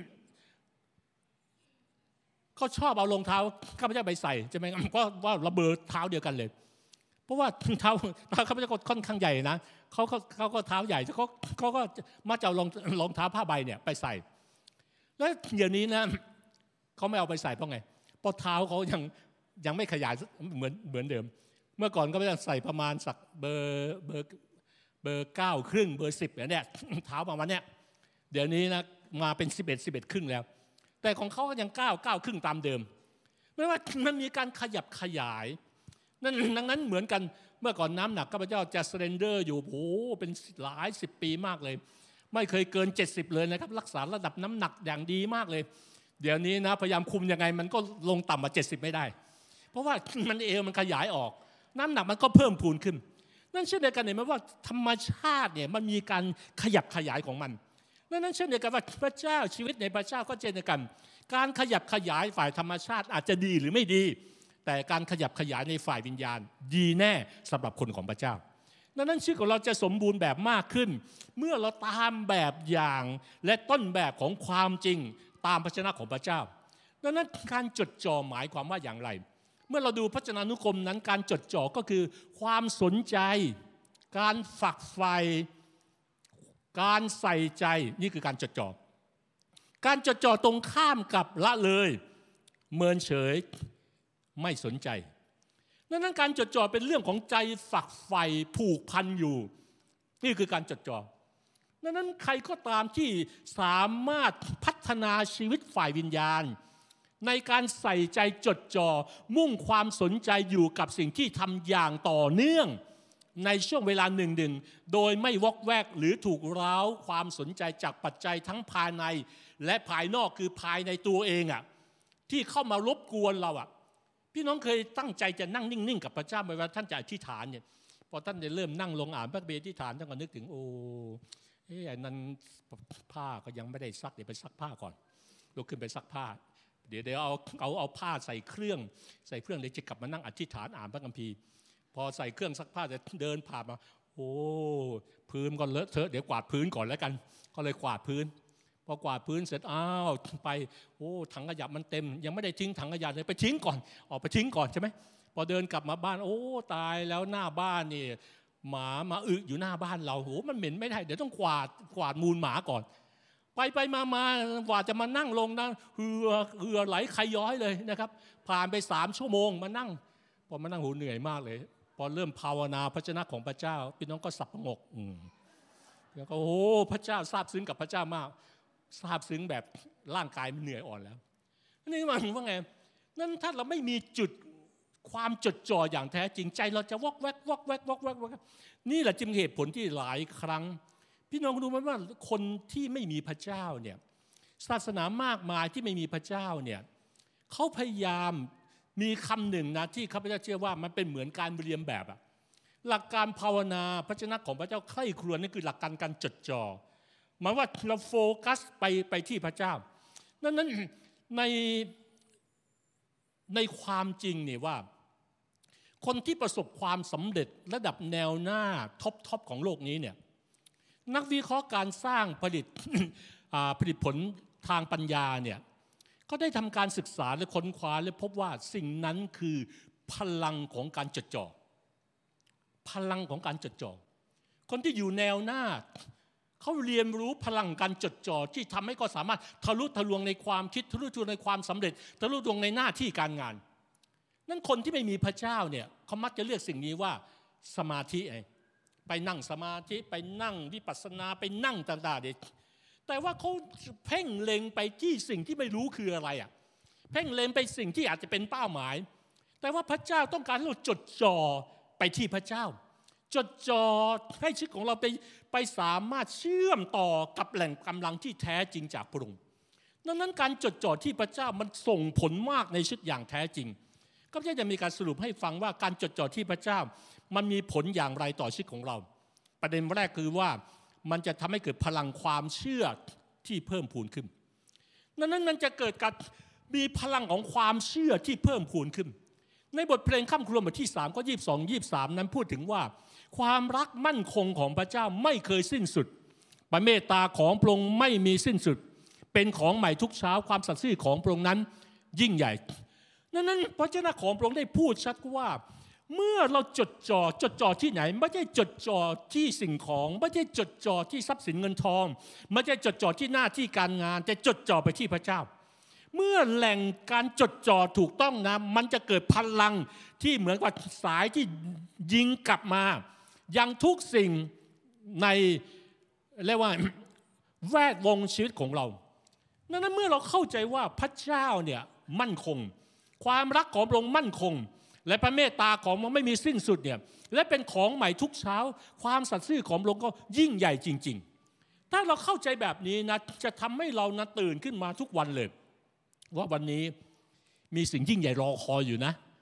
เขาชอบเอารองเท้าข้าพเจ้าไปใส่ใช่ไหมเพราะว่าระเบิดเท้าเดียวกันเลยเพราะว่าเท้าข้าพเจ้าค่อนข้างใหญ่นะเขาก็เท้าใหญ่เขาก็มาจะเอารองเท้าผ้าใบเนี่ยไปใส่แล้วเดี๋ยวนี้นะเขาไม่เอาไปใส่เพราะไงเพราะเท้าเขายังไม่ขยายเหมือนเดิมเมื่อก่อนก็ไม่ต้องใส่ประมาณสักเบอร์9 ครึ่งเบอร์10เนี่ยเท้าประมาณเนี้ยเดี๋ยวนี้นะมาเป็น11 ครึ่งแล้วแต่ของเขาก็ยัง9 ครึ่งตามเดิมไม่ว่ามันมีการขยับขยายดังนั้นเหมือนกันเมื่อก่อนน้ำหนักข้าพเจ้าจะเซเรนเดอร์อยู่โอ้เป็นหลาย10 ปีมากเลยไม่เคยเกิน70เลยนะครับรักษาระดับน้ำหนักอย่างดีมากเลยเดี๋ยวนี้นะพยายามคุมยังไงมันก็ลงต่ำกว่า70ไม่ได้เพราะว่ามันเอวมันขยายออกน้ำหนักมันก็เพิ่มพูนขึ้นนั่นเช่นเดียวกันเห็นไหมว่าธรรมชาติเนี่ยมันมีการขยับขยายของมันนั่นเช่นเดียวกันว่าพระเจ้าชีวิตในพระเจ้าก็เช่นเดียวกันการขยับขยายฝ่ายธรรมชาติอาจจะดีหรือไม่ดีแต่การขยับขยายในฝ่ายวิญญาณดีแน่สำหรับคนของพระเจ้านั้นชีวิตของเราจะสมบูรณ์แบบมากขึ้นเมื่อเราตามแบบอย่างและต้นแบบของความจริงตามพระชนะของพระเจ้าดังนั้นการจดจ่อหมายความว่าอย่างไรเมื่อเราดูพระชนะนุกรมนั้นการจดจ่อก็คือความสนใจการฝักใฝ่การใส่ใจนี่คือการจดจ่อการจดจ่อตรงข้ามกับละเลยเมินเฉยไม่สนใจดังนั้นการจดจ่อเป็นเรื่องของใจฝักใฝ่ผูกพันอยู่นี่คือการจดจ่อดังนั้นใครก็ตามที่สามารถพัฒนาชีวิตฝ่ายวิญญาณในการใส่ใจจดจ่อมุ่งความสนใจอยู่กับสิ่งที่ทำอย่างต่อเนื่องในช่วงเวลาหนึ่งโดยไม่วอกแวกหรือถูกร้าวความสนใจจากปัจจัยทั้งภายในและภายนอกคือภายในตัวเองที่เข้ามารบกวนเราพี่น้องเคยตั้งใจจะนั่งนิ่งๆกับพระเจ้าเวลาท่านจะอธิษฐานเนี่ยพอท่านได้เริ่มนั่งลงอ่านพระคัมภีร์อธิษฐานท่านก็นึกถึงไอ้นั้นผ้าก็ยังไม่ได้ซักเดี๋ยวไปซักผ้าก่อนลุกขึ้นไปซักผ้าเดี๋ยวเอาผ้าใส่เครื่องเดี๋ยวจะกลับมานั่งอธิษฐานอ่านพระคัมภีร์พอใส่เครื่องซักผ้าจะเดินผ่านมาพื้นก็เลอะเทอะเดี๋ยวกวาดพื้นก่อนแล้วกันก็เลยกวาดพื้นพอกวาดพื้นเสร็จไปถังขยะมันเต็มยังไม่ได้ทิ้งถังขยะเลยไปทิ้งก่อนออกไปทิ้งก่อนใช่ไหมพอเดินกลับมาบ้านตายแล้วหน้าบ้านนี่หมามาอึอยู่หน้าบ้านเรามันเหม็นไม่ได้เดี๋ยวต้องกวาดมูลหมาก่อนไปมากว่าจะมานั่งลงนะเหือไหลใครย้อยเลยนะครับผ่านไป3 ชั่วโมงมานั่งพอมานั่งเหนื่อยมากเลยพอเริ่มภาวนาพระชนะของพระเจ้าพี่น้องก็สับประงกแล้วก็พระเจ้าซาบซึ้งกับพระเจ้ามากซาบซึ้งแบบร่างกายมันเหนื่อยอ่อนแล้วนี่หมายถึงว่าไงนั่นถ้าเราไม่มีจุดความจดจ่ออย่างแท้จริงใจเราจะวอกแวกนี่แหละจึงเหตุผลที่หลายครั้งพี่น้องรู้ไหมว่าคนที่ไม่มีพระเจ้าเนี่ยศาสนามากมายที่ไม่มีพระเจ้าเนี่ยเขาพยายามมีคำหนึ่งนะที่ข้าพเจ้าเชื่อว่ามันเป็นเหมือนการเรียนแบบหลักการภาวนาพระชนะของพระเจ้าใคร่ครวญนี่คือหลักการจดจ่อหมายว่าเราโฟกัสไปที่พระเจ้านั้นในความจริงเนี่ยว่าคนที่ประสบความสำเร็จระดับแนวหน้าท็อปของโลกนี้เนี่ยนักวิเคราะห์การสร้างผลิตผลทางปัญญาเนี่ยก็ได้ทำการศึกษาและค้นคว้าและพบว่าสิ่งนั้นคือพลังของการจดจ่อพลังของการจดจ่อคนที่อยู่แนวหน้าเขาเรียนรู้พลังการจดจ่อที่ทำให้เขาสามารถทะลุทะลวงในความคิดทะลุทะลวงในความสำเร็จทะลุทะลวงในหน้าที่การงานนั่นคนที่ไม่มีพระเจ้าเนี่ยเขามักจะเรียกสิ่งนี้ว่าสมาธิไปนั่งสมาธิไปนั่งวิปัสสนาไปนั่งต่างๆแต่ว่าเขาเพ่งเล็งไปที่สิ่งที่ไม่รู้คืออะไรเพ่งเล็งไปสิ่งที่อาจจะเป็นเป้าหมายแต่ว่าพระเจ้าต้องการให้เราจดจ่อไปที่พระเจ้าจดจ่อให้ชีวิตของเราไปสามารถเชื่อมต่อกับแหล่งกำลังที่แท้จริงจากพระองค์นั้นการจดจ่อที่พระเจ้ามันส่งผลมากในชีวิตอย่างแท้จริงก็จะมีการสรุปให้ฟังว่าการจดจ่อที่พระเจ้ามันมีผลอย่างไรต่อชีวิตของเราประเด็นแรกคือว่ามันจะทำให้เกิดพลังความเชื่อที่เพิ่มพูนขึ้นนั้นมันจะเกิดการมีพลังของความเชื่อที่เพิ่มพูนขึ้นในบทเพลงค่ำครวญบทที่3ข้อ22-23นั้นพูดถึงว่าความรักมั่นคงของพระเจ้าไม่เคยสิ้นสุดพระเมตตาของพระองค์ไม่มีสิ้นสุดเป็นของใหม่ทุกเช้าความสัตย์ซื่อของพระองค์นั้นยิ่งใหญ่นั้นพระเจ้าของพระองค์ได้พูดชัดว่าเมื่อเราจดจ่อที่ไหนไม่ใช่จดจ่อที่สิ่งของไม่ใช่จดจ่อที่ทรัพย์สินเงินทองไม่ใช่จดจ่อที่หน้าที่การงานแต่จดจ่อไปที่พระเจ้าเมื่อแหล่งการจดจ่อถูกต้องนะมันจะเกิดพลังที่เหมือนกับสายที่ยิงกลับมายังทุกสิ่งในเรียกว่าแวดวงชีวิตของเรานั้นเมื่อเราเข้าใจว่าพระเจ้าเนี่ยมั่นคงความรักของพระองค์มั่นคงและพระเมตตาของพระองค์ไม่มีสิ้นสุดเนี่ยและเป็นของใหม่ทุกเช้าความสัตย์ซื่อของพระองค์ก็ยิ่งใหญ่จริงๆถ้าเราเข้าใจแบบนี้นะจะทำให้เรานะตื่นขึ้นมาทุกวันเลยว่าวันนี้มีสิ่งยิ่งใหญ่รอคอยอยู่นะ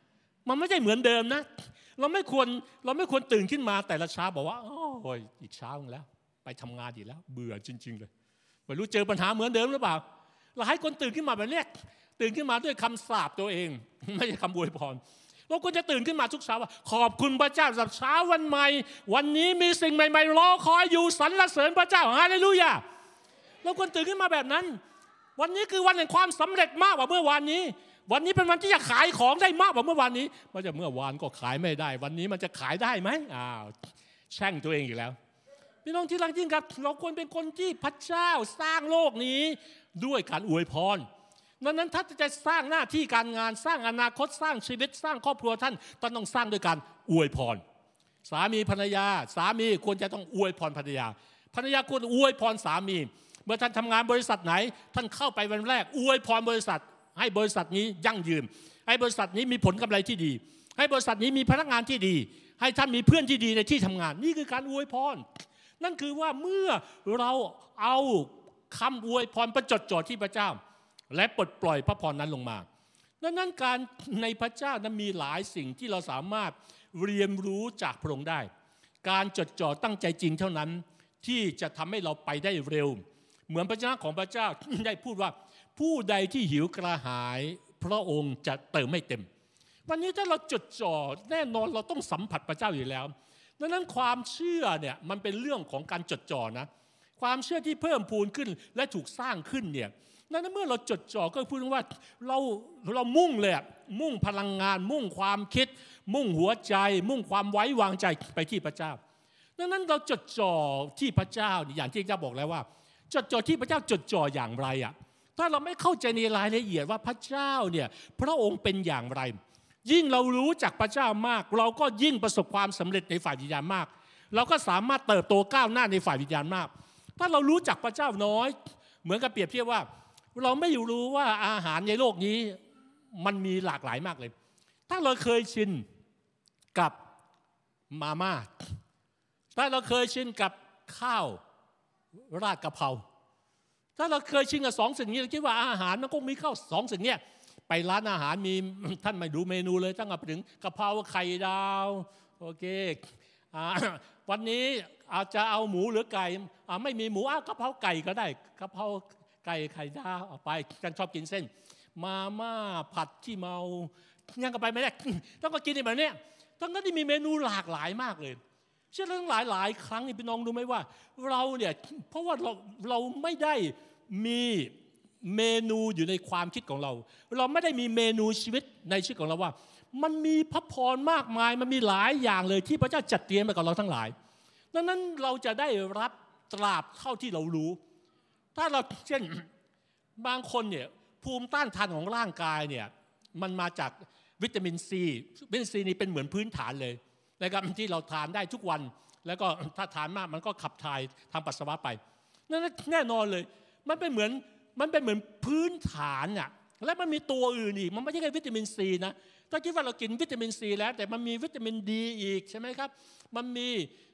มันไม่ใช่เหมือนเดิมนะเราไม่ควรตื่นขึ้นมาแต่ละเช้าบอกว่าโอ้ยอีกเช้านึงแล้วไปทำงานอีกแล้วเบื่อจริงๆเลยไม่รู้เจอปัญหาเหมือนเดิมหรือเปล่าเราให้คนตื่นขึ้นมาแบบนี้ตื่นขึ้นมาด้วยคำสาปตัวเองไม่ใช่คำอวยพรเราควรจะตื่นขึ้นมาทุกเช้าว่าขอบคุณพระเจ้าสำหรับเช้าวันใหม่วันนี้มีสิ่งใหม่ๆรอคอยอยู่สรรเสริญพระเจ้าฮาเลลูยาเราควรตื่นขึ้นมาแบบนั้นวันนี้คือวันแห่งความสำเร็จมากกว่าเมื่อวานนี้วันนี้เป็นวันที่จะขายของได้มากกว่าเมื่อวานนี้มันจะเมื่อวานก็ขายไม่ได้วันนี้มันจะขายได้ไหมแช่งตัวเองอีกแล้วพี่น้องที่รักยิ่งครับเราควรเป็นคนที่พระเจ้าสร้างโลกนี้ด้วยการอวยพรนั้นถ้าจะสร้างหน้าที่การงานสร้างอนาคตสร้างชีวิตสร้างครอบครัวท่านต้องสร้างด้วยการอวยพรสามีภรรยาสามีควรจะต้องอวยพรภรรยาภรรยาควรอวยพรสามีเมื่อท่านทำงานบริษัทไหนท่านเข้าไปวันแรกอวยพรบริษัทให้บริษัทนี้ยั่งยืนให้บริษัทนี้มีผลกำไรที่ดีให้บริษัทนี้มีพนักงานที่ดีให้ท่านมีเพื่อนที่ดีในที่ทำงานนี่คือการอวยพรนั่นคือว่าเมื่อเราเอาคำอวยพรประจดจ่อที่พระเจ้าและปลดปล่อยพระพรนั้นลงมาดังนั้นการในพระเจ้านั้นมีหลายสิ่งที่เราสามารถเรียนรู้จากพระองค์ได้การจดจ่อตั้งใจจริงเท่านั้นที่จะทำให้เราไปได้เร็วเหมือนพระเจ้าของพระเจ้าได้พูดว่าผู้ใดที่หิวกระหายพระองค์จะเติมให้เต็มวันนี้ถ้าเราจดจ่อแน่นอนเราต้องสัมผัสพระเจ้าอยู่แล้วดังนั้นความเชื่อเนี่ยมันเป็นเรื่องของการจดจ่อนะความเชื่อที่เพิ่มพูนขึ้นและถูกสร้างขึ้นเนี่ยนั้นเมื่อเราจดจ่อก็พูดว่าเรามุ่งเลยมุ่งพลังงานมุ่งความคิดมุ่งหัวใจมุ่งความไว้วางใจไปที่พระเจ้าดังนั้นเราจดจ่อที่พระเจ้าอย่างที่พระเจ้าบอกแล้วว่าจดจ่อที่พระเจ้าจดจ่ออย่างไรถ้าเราไม่เข้าใจในรายละเอียดว่าพระเจ้าเนี่ยพระองค์เป็นอย่างไรยิ่งเรารู้จักพระเจ้ามากเราก็ยิ่งประสบความสำเร็จในฝ่ายวิญญาณมากเราก็สามารถเติบโตก้าวหน้าในฝ่ายวิญญาณมากถ้าเรารู้จักพระเจ้าน้อยเหมือนกับเปรียบเทียบว่าเราไม่รู้ว่าอาหารในโลกนี้มันมีหลากหลายมากเลยถ้าเราเคยชินกับมาม่าถ้าเราเคยชินกับข้าวราดกะเพราถ้าเราเคยชินกับ2 สิ่งนี้เราคิดว่าอาหารมันคงมีข้าว2 สิ่งนี้ไปร้านอาหารมีท่านไม่ดูเมนูเลยตั้งแต่ถึงกะเพราไข่ดาวโอเควันนี้อาจจะเอาหมูหรือไก่ไม่มีหมูกะเพราไก่ก็ได้กะเพราไก่ไข่ดาวเอาไปกันชอบกินเส้นมาม่าผัดขี้เมายังก็ไปไม่ได้ต้องก็กินแบบนี้ทั้งนั้นที่มีเมนูหลากหลายมากเลยเชื่อเรื่องหลายครั้งนี่พี่น้องรู้ไหมว่าเราเนี่ยเพราะว่าเราไม่ได้มีเมนูอยู่ในความคิดของเราเราไม่ได้มีเมนูชีวิตในชีวิตของเราว่ามันมีพระพรมากมายมันมีหลายอย่างเลยที่พระเจ้าจัดเตรียมไว้กับเราทั้งหลายดังนั้นเราจะได้รับตราบเท่าที่เรารู้ถ้าเราเช่นบางคนเนี่ยภูมิต้านทานของร่างกายเนี่ยมันมาจากวิตามินซีวิตามินซีนี่เป็นเหมือนพื้นฐานเลยนะครับที่เราทานได้ทุกวันแล้วก็ถ้าทานมากมันก็ขับถ่ายทางปัสสาวะไปนั่นแน่นอนเลยมันเป็นเหมือนพื้นฐานน่ะและมันมีตัวอื่นอีกมันไม่ใช่แค่วิตามินซีนะถ้าคิดว่าเรากินวิตามินซีแล้วแต่มันมีวิตามินดีอีกใช่ไหมครับมันมี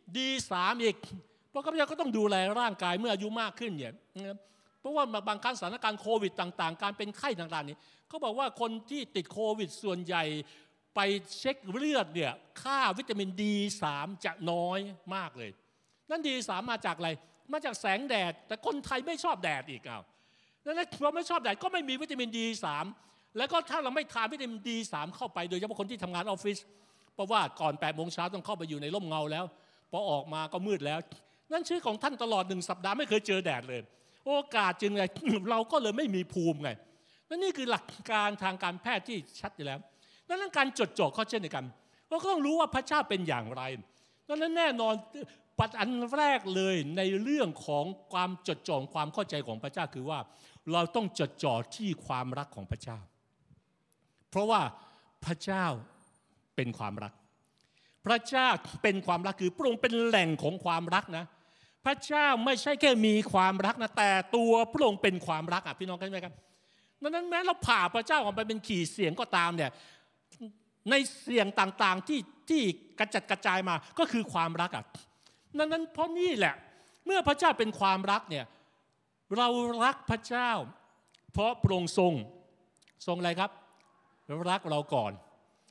D3 อีกเพราะข้าพเจ้าก็ต้องดูแลร่างกายเมื่ออายุมากขึ้นเนี่ยเพราะว่าบางครั้งสถานการณ์โควิดต่างๆการเป็นไข้ต่างๆนี้เขาบอกว่าคนที่ติดโควิดส่วนใหญ่ไปเช็คเลือดเนี่ยค่าวิตามิน D3 จะน้อยมากเลยนั่น D3 มาจากอะไรมาจากแสงแดดแต่คนไทยไม่ชอบแดดอีกนั่นเราไม่ชอบแดดก็ไม่มีวิตามิน D3 แล้วก็ถ้าเราไม่ทานวิตามิน D3 เข้าไปโดยเฉพาะคนที่ทำงานออฟฟิศเพราะว่าก่อน 8 โมงเช้าต้องเข้าไปอยู่ในร่มเงาแล้วพอออกมาก็มืดแล้วนั่นชื่อของท่านตลอด1 สัปดาห์ไม่เคยเจอแดดเลยโอกาสจึงไงเราก็เลยไม่มีภูมิไงนั่นนี่คือหลักการทางการแพทย์ที่ชัดอยู่แล้วดังนั้นการจดจ่อข้อเช่นเดียวกันเราก็ต้องรู้ว่าพระเจ้าเป็นอย่างไรดังนั้นแน่นอนปัจจัยแรกเลยในเรื่องของความจดจ่อความเข้าใจของพระเจ้าคือว่าเราต้องจดจ่อที่ความรักของพระเจ้าเพราะว่าพระเจ้าเป็นความรักพระเจ้าเป็นความรักคือพระองค์เป็นแหล่งของความรักนะพระเจ้าไม่ใช่แค่มีความรักนะแต่ตัวพระองค์เป็นความรักพี่น้องเข้าใจไหมครับดังนั้นแม้เราผ่าพระเจ้าออกไปเป็นขีดเสียงก็ตามเนี่ยในเสียงต่างๆที่กระจัดกระจายมาก็คือความรักดังนั้นเพราะนี่แหละเมื่อพระเจ้าเป็นความรักเนี่ยเรารักพระเจ้าเพราะพระองค์ทรงอะไรครับรักเราก่อน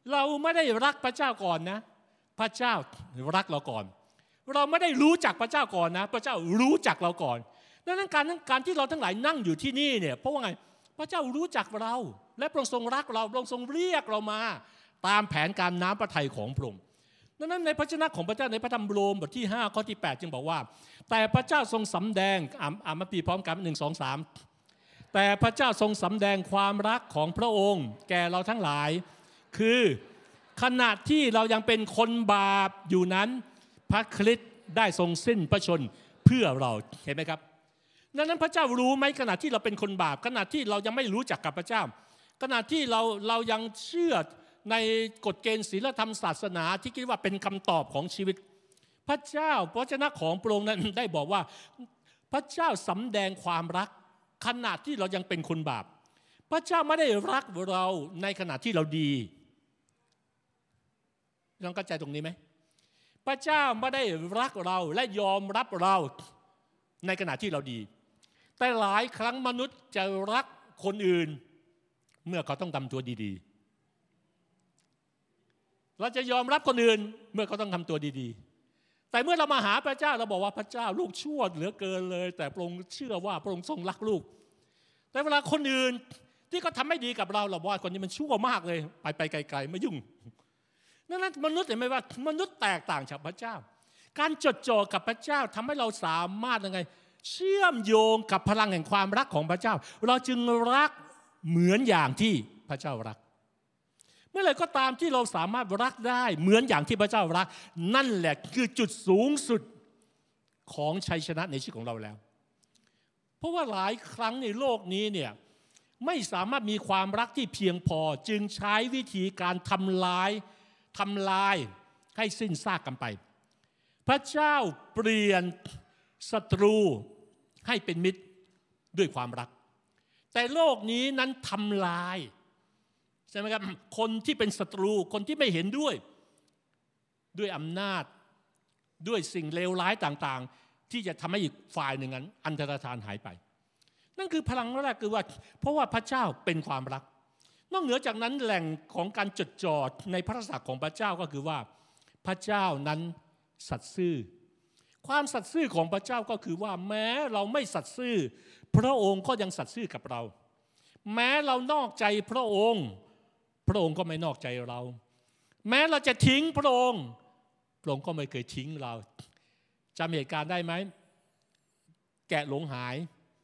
เราไม่ได้รักพระเจ้าก่อนนะพระเจ้ารักเราก่อนเราไม่ได้รู้จักพระเจ้าก่อนนะพระเจ้ารู้จักเราก่อนดังนั้นการที่เราทั้งหลายนั่งอยู่ที่นี่เนี่ยเพราะว่าไงพระเจ้ารู้จักเราและพระองค์ทรงรักเราพระองค์ทรงเรียกเรามาตามแผนการน้ำพระทัยของพระองค์ดังนั้นในพระชนะของพระเจ้าในพระธรรมโรมบทที่5ข้อที่8จึงบอกว่าแต่พระเจ้าทรงสำแดงมาปีพร้อมกัน1 2 3แต่พระเจ้าทรงสำแดงความรักของพระองค์แก่เราทั้งหลายคือขณะที่เรายังเป็นคนบาปอยู่นั้นพระคริสต์ได้ทรงสิ้นพระชนเพื่อเราเห็นไหมครับดังนั้นพระเจ้ารู้ไหมขณะที่เราเป็นคนบาปขณะที่เรายังไม่รู้จักกับพระเจ้าขณะที่เรายังเชื่อในกฎเกณฑ์ศีลธรรมศาสนาที่คิดว่าเป็นคำตอบของชีวิตพระเจ้าพระวจนะของพระองค์นั้นได้บอกว่าพระเจ้าสำแดงความรักขณะที่เรายังเป็นคนบาปพระเจ้าไม่ได้รักเราในขณะที่เราดีลองเข้าใจตรงนี้ไหมพระเจ้าไม่ได้รักเราและยอมรับเราในขณะที่เราดีแต่หลายครั้งมนุษย์จะรักคนอื่นเมื่อเขาต้องทำตัวดีๆเราจะยอมรับคนอื่นเมื่อเขาต้องทำตัวดีๆแต่เมื่อเรามาหาพระเจ้าเราบอกว่าพระเจ้าลูกชั่วเหลือเกินเลยแต่พระองค์เชื่อว่าพระองค์ทรงรักลูกแต่เวลาคนอื่นที่เขาทำไม่ดีกับเราบอกว่าคนนี้มันชั่วมากเลยไปไกลๆไม่ยุ่งนั้นมนุษย์เห็นไหมว่ามนุษย์แตกต่างจากพระเจ้าการจดจ่อกับพระเจ้าทำให้เราสามารถยังไงเชื่อมโยงกับพลังแห่งความรักของพระเจ้าเราจึงรักเหมือนอย่างที่พระเจ้ารักเมื่อไหร่ก็ตามที่เราสามารถรักได้เหมือนอย่างที่พระเจ้ารักนั่นแหละคือจุดสูงสุดของชัยชนะในชีวิตของเราแล้วเพราะว่าหลายครั้งในโลกนี้เนี่ยไม่สามารถมีความรักที่เพียงพอจึงใช้วิธีการทำลายให้สิ้นซากกันไปพระเจ้าเปลี่ยนศัตรูให้เป็นมิตรด้วยความรักแต่โลกนี้นั้นทำลายใช่ไหมครับคนที่เป็นศัตรูคนที่ไม่เห็นด้วยอำนาจด้วยสิ่งเลวร้ายต่างๆที่จะทำให้อีกฝ่ายหนึ่งนั้นอันตรธานหายไปนั่นคือพลังแรกคือว่าเพราะว่าพระเจ้าเป็นความรักนอกเหนือจากนั้นแหล่งของการจดจ่อในพระศักดิ์ของพระเจ้าก็คือว่าพระเจ้านั้นสัตย์ซื่อความสัตย์ซื่อของพระเจ้าก็คือว่าแม้เราไม่สัตย์ซื่อพระองค์ก็ยังสัตย์ซื่อกับเราแม้เรานอกใจพระองค์ก็ไม่นอกใจเราแม้เราจะทิ้งพระองค์ก็ไม่เคยทิ้งเราจำเหตุการณ์ได้ไหมแกะหลงหาย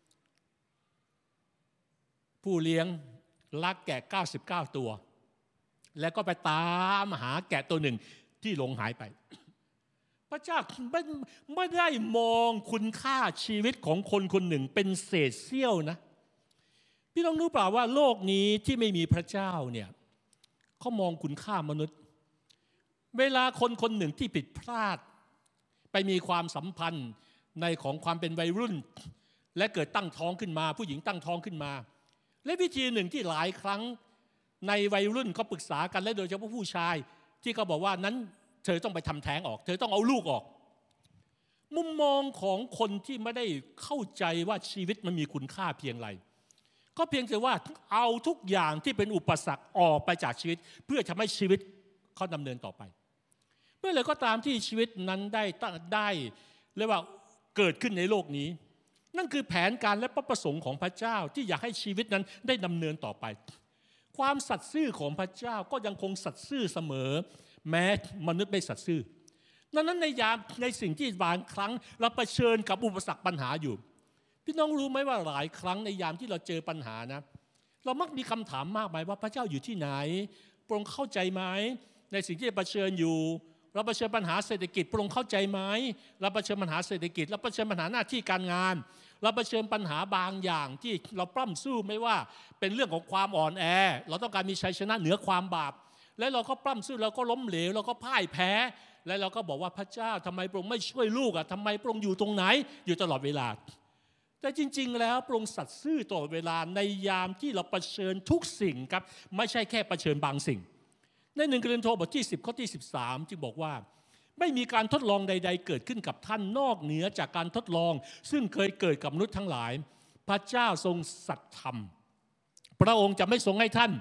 ผู้เลี้ยงลักแกะ99ตัวแล้วก็ไปตามหาแกะตัวหนึ่งที่หลงหายไปพระเจ้าไม่ได้มองคุณค่าชีวิตของคนคนหนึ่งเป็นเศษเสี้ยวนะพี่ต้องรู้เปล่าว่าโลกนี้ที่ไม่มีพระเจ้าเนี่ยเขามองคุณค่ามนุษย์เวลาคนคนหนึ่งที่ผิดพลาดไปมีความสัมพันธ์ในของความเป็นวัยรุ่นและเกิดตั้งท้องขึ้นมาผู้หญิงตั้งท้องขึ้นมาและวิธีหนึ่งที่หลายครั้งในวัยรุ่นเขาปรึกษากันและโดยเฉพาะผู้ชายที่เขาบอกว่านั้นเธอต้องไปทำแท้งออกเธอต้องเอาลูกออกมุมมองของคนที่ไม่ได้เข้าใจว่าชีวิตมันมีคุณค่าเพียงไรก็เพียงแต่ว่าเอาทุกอย่างที่เป็นอุปสรรคออกไปจากชีวิตเพื่อทำให้ชีวิตเขาดำเนินต่อไปเมื่อไรก็ตามที่ชีวิตนั้นได้เรียกว่าเกิดขึ้นในโลกนี้นั่นคือแผนการและพระประสงค์ของพระเจ้าที่อยากให้ชีวิตนั้นได้ดำเนินต่อไปความสัตย์ซื่อของพระเจ้าก็ยังคงสัตย์ซื่อเสมอแม้มนุษย์ไม่สัตย์ซื่อดังนั้นในสิ่งที่บางครั้งเราเผชิญกับอุปสรรคปัญหาอยู่พี่น้องรู้ไหมว่าหลายครั้งในยามที่เราเจอปัญหานะเรามักมีคำถามมากมายว่าพระเจ้าอยู่ที่ไหนพระองค์เข้าใจไหมในสิ่งที่เผชิญอยู่เราเผชิญปัญหาเศรษฐกิจพระองค์เข้าใจไหมเราเผชิญปัญหาเศรษฐกิจเราเผชิญปัญหาหน้าที่การงานเราเผชิญปัญหาบางอย่างที่เราปล้ำสู้ไม่ว่าเป็นเรื่องของความอ่อนแอเราต้องการมีชัยชนะเหนือความบาปและเราก็ปล้ำสู้เราก็ล้มเหลวเราก็พ่ายแพ้และเราก็บอกว่าพระเจ้าทำไมพระองค์ไม่ช่วยลูกทำไมพระองค์อยู่ตรงไหนอยู่ตลอดเวลาแต่จริงๆแล้วพระองค์สัตย์ซื่อตลอดเวลาในยามที่เราเผชิญทุกสิ่งครับไม่ใช่แค่เผชิญบางสิ่งใน1 โครินธ์บทที่10ข้อที่13จึงบอกว่าไม่มีการทดลองใดๆเกิดขึ้นกับท่านนอกเหนือจากการทดลองซึ่งเคยเกิดกับมนุษย์ทั้งหลายพระเจ้าทรงสัตย์ธรรมพระองค์จะไม่ทรงให้ท่าน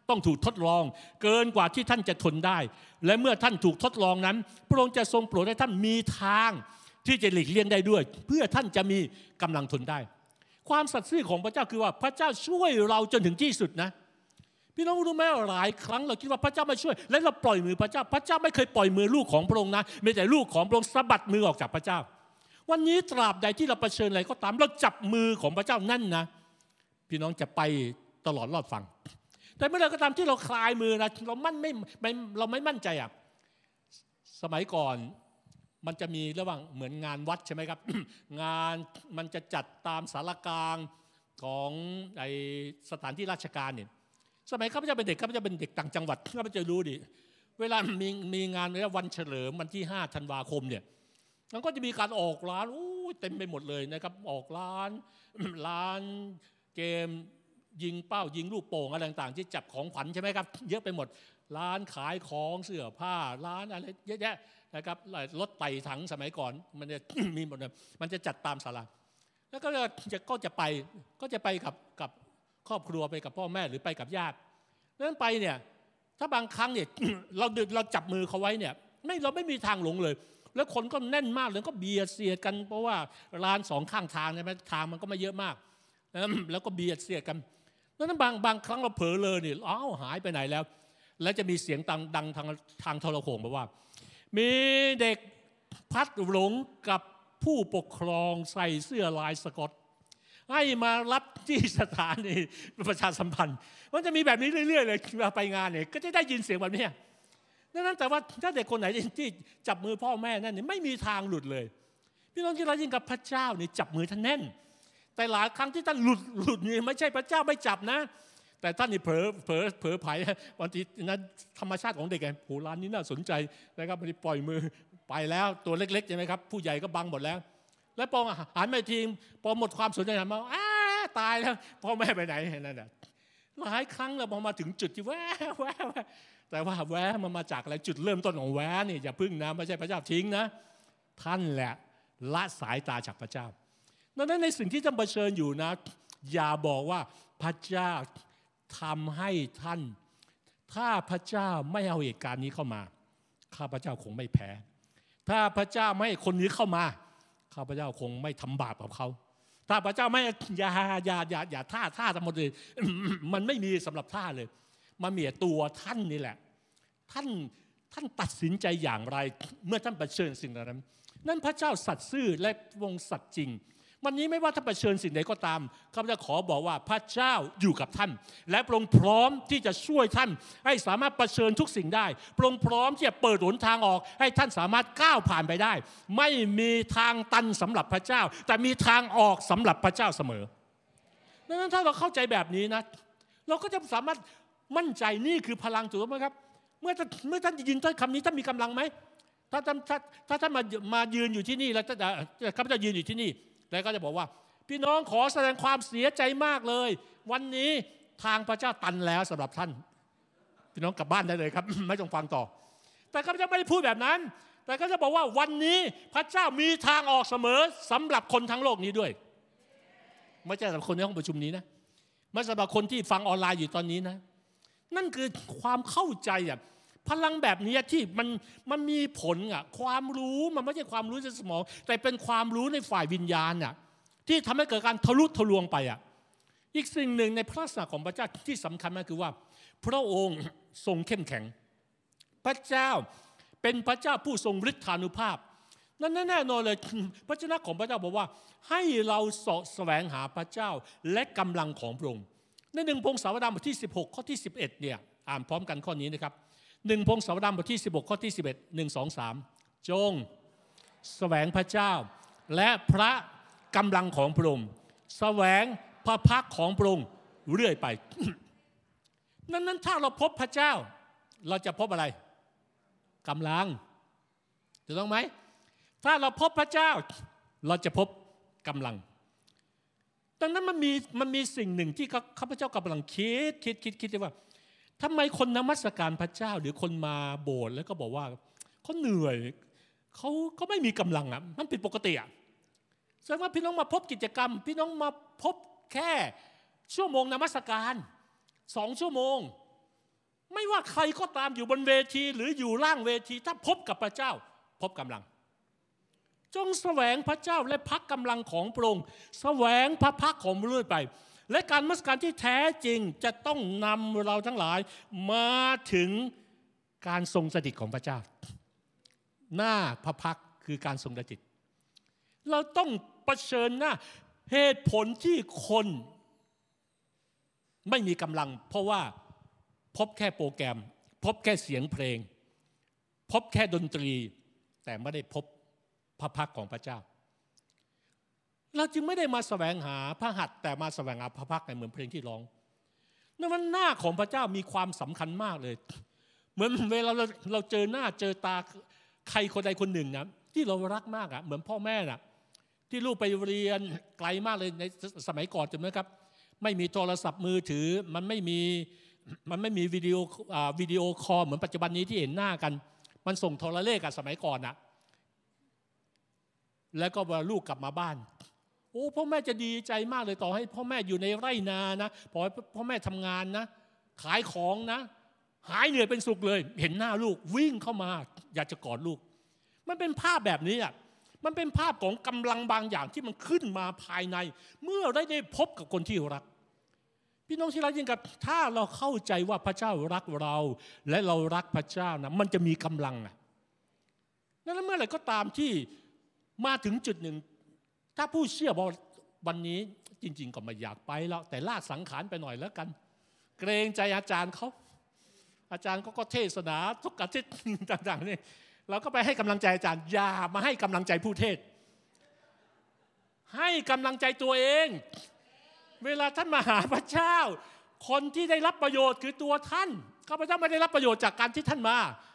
ต้องถูกทดลองเกินกว่าที่ท่านจะทนได้และเมื่อท่านถูกทดลองนั้นพระองค์จะทรงโปรดให้ท่านมีทางที่จะหลีกเลี่ยงได้ด้วยเพื่อท่านจะมีกำลังทนได้ความสัตย์ซื่อของพระเจ้าคือว่าพระเจ้าช่วยเราจนถึงที่สุดนะพี่น้องรู้ไหมหลายครั้งเราคิดว่าพระเจ้าไม่ช่วยและเราปล่อยมือพระเจ้าพระเจ้าไม่เคยปล่อยมือลูกของพระองค์นะมีแต่ลูกของพระองค์สะบัดมือออกจากพระเจ้าวันนี้ตราบใดที่เราเผชิญอะไรก็ตามเราจับมือของพระเจ้านั่นนะพี่น้องจะไปตลอดรอดฝั่งแต่เมื่อไรก็ตามที่เราคลายมือนะเราไม่มั่นใจอ่ะสมัยก่อนมันจะมีระหว่างเหมือนงานวัดใช่ไหมครับ งานมันจะจัดตามศาลากลางของไอสถานที่ราชการเนี่ยสมัยข้าพเจ้าเป็นเด็กข้าพเจ้าเป็นเด็กต่างจังหวัดข้าพเจ้ารู้ดิเวลามีงานวันเฉลิมวันที่5 ธันวาคมเนี่ยมันก็จะมีการออกร้านเต็มไปหมดเลยนะครับออกร้าน ร้านเกมยิงเป้ายิงลูกโป่งอะไรต่างๆที่จับของขวัญใช่ไหมครับเยอะไปหมดร้านขายของเสื้อผ้าร้านอะไรเยอะแยะนะครับรถไต่ถังสมัยก่อนมันจะ มีหมดเลยมันจะจัดตามศาลาแล้วก็จะไปกับครอบครัวไปกับพ่อแม่หรือไปกับญาตินั้นไปเนี่ยถ้าบางครั้งเนี่ย เราจับมือเขาไว้เนี่ยเราไม่มีทางหลงเลยแล้วคนก็แน่นมากเลยก็เบียดเสียดกันเพราะว่าร้านสองข้างทางใช่ไหมทางมันก็ไม่เยอะมากแล้วก็เบียดเสียดกันนั้นบางครั้งเราเผลอเลยเนี่ยหายไปไหนแล้วจะมีเสียงดังทางโทรโข่งบอกว่ามีเด็กพัดหลงกับผู้ปกครองใส่เสื้อลายสก๊อตให้มารับที่สถานีประชาสัมพันธ์มันจะมีแบบนี้เรื่อยๆเลยเวลาไปงานเนี่ยก็จะได้ยินเสียงแบบนี้นั้นแต่ว่าถ้าเด็กคนไหนที่จับมือพ่อแม่นั่นเนี่ยไม่มีทางหลุดเลยพี่น้องที่เรายิ่งกับพระเจ้าเนี่ยจับมือท่านแน่นแต่หลายครั้งที่ท่านหลุดนี่ไม่ใช่พระเจ้าไม่จับนะแต่ท่านนี่เผลอไผ่บางทีนั้นธรรมชาติของเด็กไงโหร้านนี้น่าสนใจนะครับมันปล่อยมือไปแล้วตัวเล็กๆใช่ไหมครับผู้ใหญ่ก็บังหมดแล้วแล้วพอหันไปทีพอหมดความสนใจมาตายแล้วพ่อแม่ไปไหนนั่นแหละหลายครั้งเราพอมาถึงจุดที่แวะแต่ว่าแวะมันมาจากอะไรจุดเริ่มต้นของแวะนี่อย่าพึ่งนะไม่ใช่พระเจ้าทิ้งนะท่านแหละละสายตาจากพระเจ้าดังนั้นในสิ่งที่ท่านเผชิญอยู่นะอย่าบอกว่าพระเจ้าทำให้ท่านถ้าพระเจ้าไม่เอาเหตุการณ์นี้เข้ามาข้าพระเจ้าคงไม่แพ้ถ้าพระเจ้าไม่ให้คนนี้เข้ามาข้าพเจ้าคงไม่ทำบาปกับเขาถ้าพระเจ้าไม่อย่าท่าทั้งหมดเลยมันไม่มีสำหรับท่าเลยมันมีตัวท่านนี่แหละท่านตัดสินใจอย่างไรเมื่อท่านเผชิญสิ่งนั้นนั่นพระเจ้าสัตย์ซื่อและวงสัตย์จริงวันนี้ไม่ว่าท่านเผชิญสิ่งใดก็ตามข้าพเจ้าขอบอกว่าพระเจ้าอยู่กับท่านและพระองค์พร้อมที่จะช่วยท่านให้สามารถเผชิญทุกสิ่งได้พระองค์พร้อมที่จะเปิดหนทางออกให้ท่านสามารถก้าวผ่านไปได้ไม่มีทางตันสำหรับพระเจ้าแต่มีทางออกสำหรับพระเจ้าเสมอดังนั้นถ้าเราเข้าใจแบบนี้นะเราก็จะสามารถมั่นใจนี่คือพลังถูกไหมครับเมื่อท่านยินคำนี้ท่านมีกำลังไหมถ้าท่านมายืนอยู่ที่นี่แล้วข้าพเจ้ายืนอยู่ที่นี่แล้วก็จะบอกว่าพี่น้องขอแสดงความเสียใจมากเลยวันนี้ทางพระเจ้าตันแล้วสำหรับท่านพี่น้องกลับบ้านได้เลยครับ ไม่ต้องฟังต่อแต่ข้าพเจ้าไม่ได้พูดแบบนั้นแต่ก็จะบอกว่าวันนี้พระเจ้ามีทางออกเสมอสำหรับคนทั้งโลกนี้ด้วยไม่ใช่สำหรับคนในห้องประชุมนี้นะไม่ใช่สำหรับคนที่ฟังออนไลน์อยู่ตอนนี้นะนั่นคือความเข้าใจพลังแบบนี้ที่มันมีผลความรู้มันไม่ใช่ความรู้ในสมองแต่เป็นความรู้ในฝ่ายวิญญาณที่ทำให้เกิดการทะลุทะลวงไปอีกสิ่งหนึ่งในพระศาสนาของพระเจ้าที่สำคัญมากคือว่าพระองค์ทรงเข้มแข็งพระเจ้าเป็นพระเจ้าผู้ทรงฤทธานุภาพนั่นแน่นอนเลยพระเจ้าของพระเจ้าบอกว่าให้เราเสาะแสวงหาพระเจ้าและกำลังของพระองค์ใน1 พงศาวดารบทที่16ข้อที่11เนี่ยอ่านพร้อมกันข้อนี้นะครับ1 พงศาวดารบทที่16ข้อที่11 1 2 3จงแสวงพระเจ้าและพระกำลังของพระองค์แสวงพระพักของพระองค์เรื่อยไป นั้นถ้าเราพบพระเจ้าเราจะพบอะไรกำลังถูกต้องไหมถ้าเราพบพระเจ้าเราจะพบกำลังดังนั้นมันมีสิ่งหนึ่งที่ข้าพเจ้ากำลังคิดว่าทำไมคนนมัสการพระเจ้าหรือคนมาโบสถ์แล้วก็บอกว่าเขาเหนื่อยเขาไม่มีกำลังมันผิดปกติแสดงว่าพี่น้องมาพบกิจกรรมพี่น้องมาพบแค่ชั่วโมงนมัสการ2 ชั่วโมงไม่ว่าใครก็ตามอยู่บนเวทีหรืออยู่ล่างเวทีถ้าพบกับพระเจ้าพบกำลังจงแสวงพระเจ้าและพักกำลังของพระองค์แสวงพระพักของพระองค์ไปและการนมัสการที่แท้จริงจะต้องนำเราทั้งหลายมาถึงการทรงสถิตของพระเจ้าหน้าพระพักคือการทรงสถิตเราต้องเผชิญหน้าเหตุผลที่คนไม่มีกำลังเพราะว่าพบแค่โปรแกรมพบแค่เสียงเพลงพบแค่ดนตรีแต่ไม่ได้พบพระพักของพระเจ้าเราจึงไม่ได้มาแสวงหาพระหัตถ์แต่มาแสวงหาพระพักในเหมือนเพลงที่ร้องนั่นมันหน้าของพระเจ้ามีความสำคัญมากเลยเหมือนเวลาเราเจอหน้าเจอตาใครคนใดคนหนึ่งนะที่เรารักมากอ่ะเหมือนพ่อแม่น่ะที่ลูกไปเรียนไกลมากเลยในสมัยก่อนจำได้ครับไม่มีโทรศัพท์มือถือมันไม่มีวิดีโอคอลเหมือนปัจจุบันนี้ที่เห็นหน้ากันมันส่งโทรเลขกันสมัยก่อนน่ะแล้วก็เวลาลูกกลับมาบ้านโอ้พ่อแม่จะดีใจมากเลยต่อให้พ่อแม่อยู่ในไร่นานะพอให้พ่อแม่ทำงานนะขายของนะหายเหนื่อยเป็นสุขเลยเห็นหน้าลูกวิ่งเข้ามาอยากจะกอดลูกมันเป็นภาพแบบนี้อ่ะมันเป็นภาพของกำลังบางอย่างที่มันขึ้นมาภายในเมื่อได้พบกับคนที่รักพี่น้องที่รักยิ่งกับถ้าเราเข้าใจว่าพระเจ้ารักเราและเรารักพระเจ้านะมันจะมีกำลังอ่ะนั้นเมื่อไหร่ก็ตามที่มาถึงจุดหนึ่งถ้าผู้เชื่อบอกวันนี้จริงๆก็ไม่อยากไปแล้วแต่ลาสังขารไปหน่อยแล้วกันเกรงใจอาจารย์เขาอาจารย์ก็เทศนาทุกอาทิตย์ต่างๆนี่เราก็ไปให้กำลังใจอาจารย์อย่ามาให้กำลังใจผู้เทศให้กำลังใจตัวเองเวลาท่านมาหาพระเจ้าคนที่ได้รับประโยชน์คือตัวท่านข้าพเจ้าไม่ได้รับประโยชน์จากการที่ท่านมา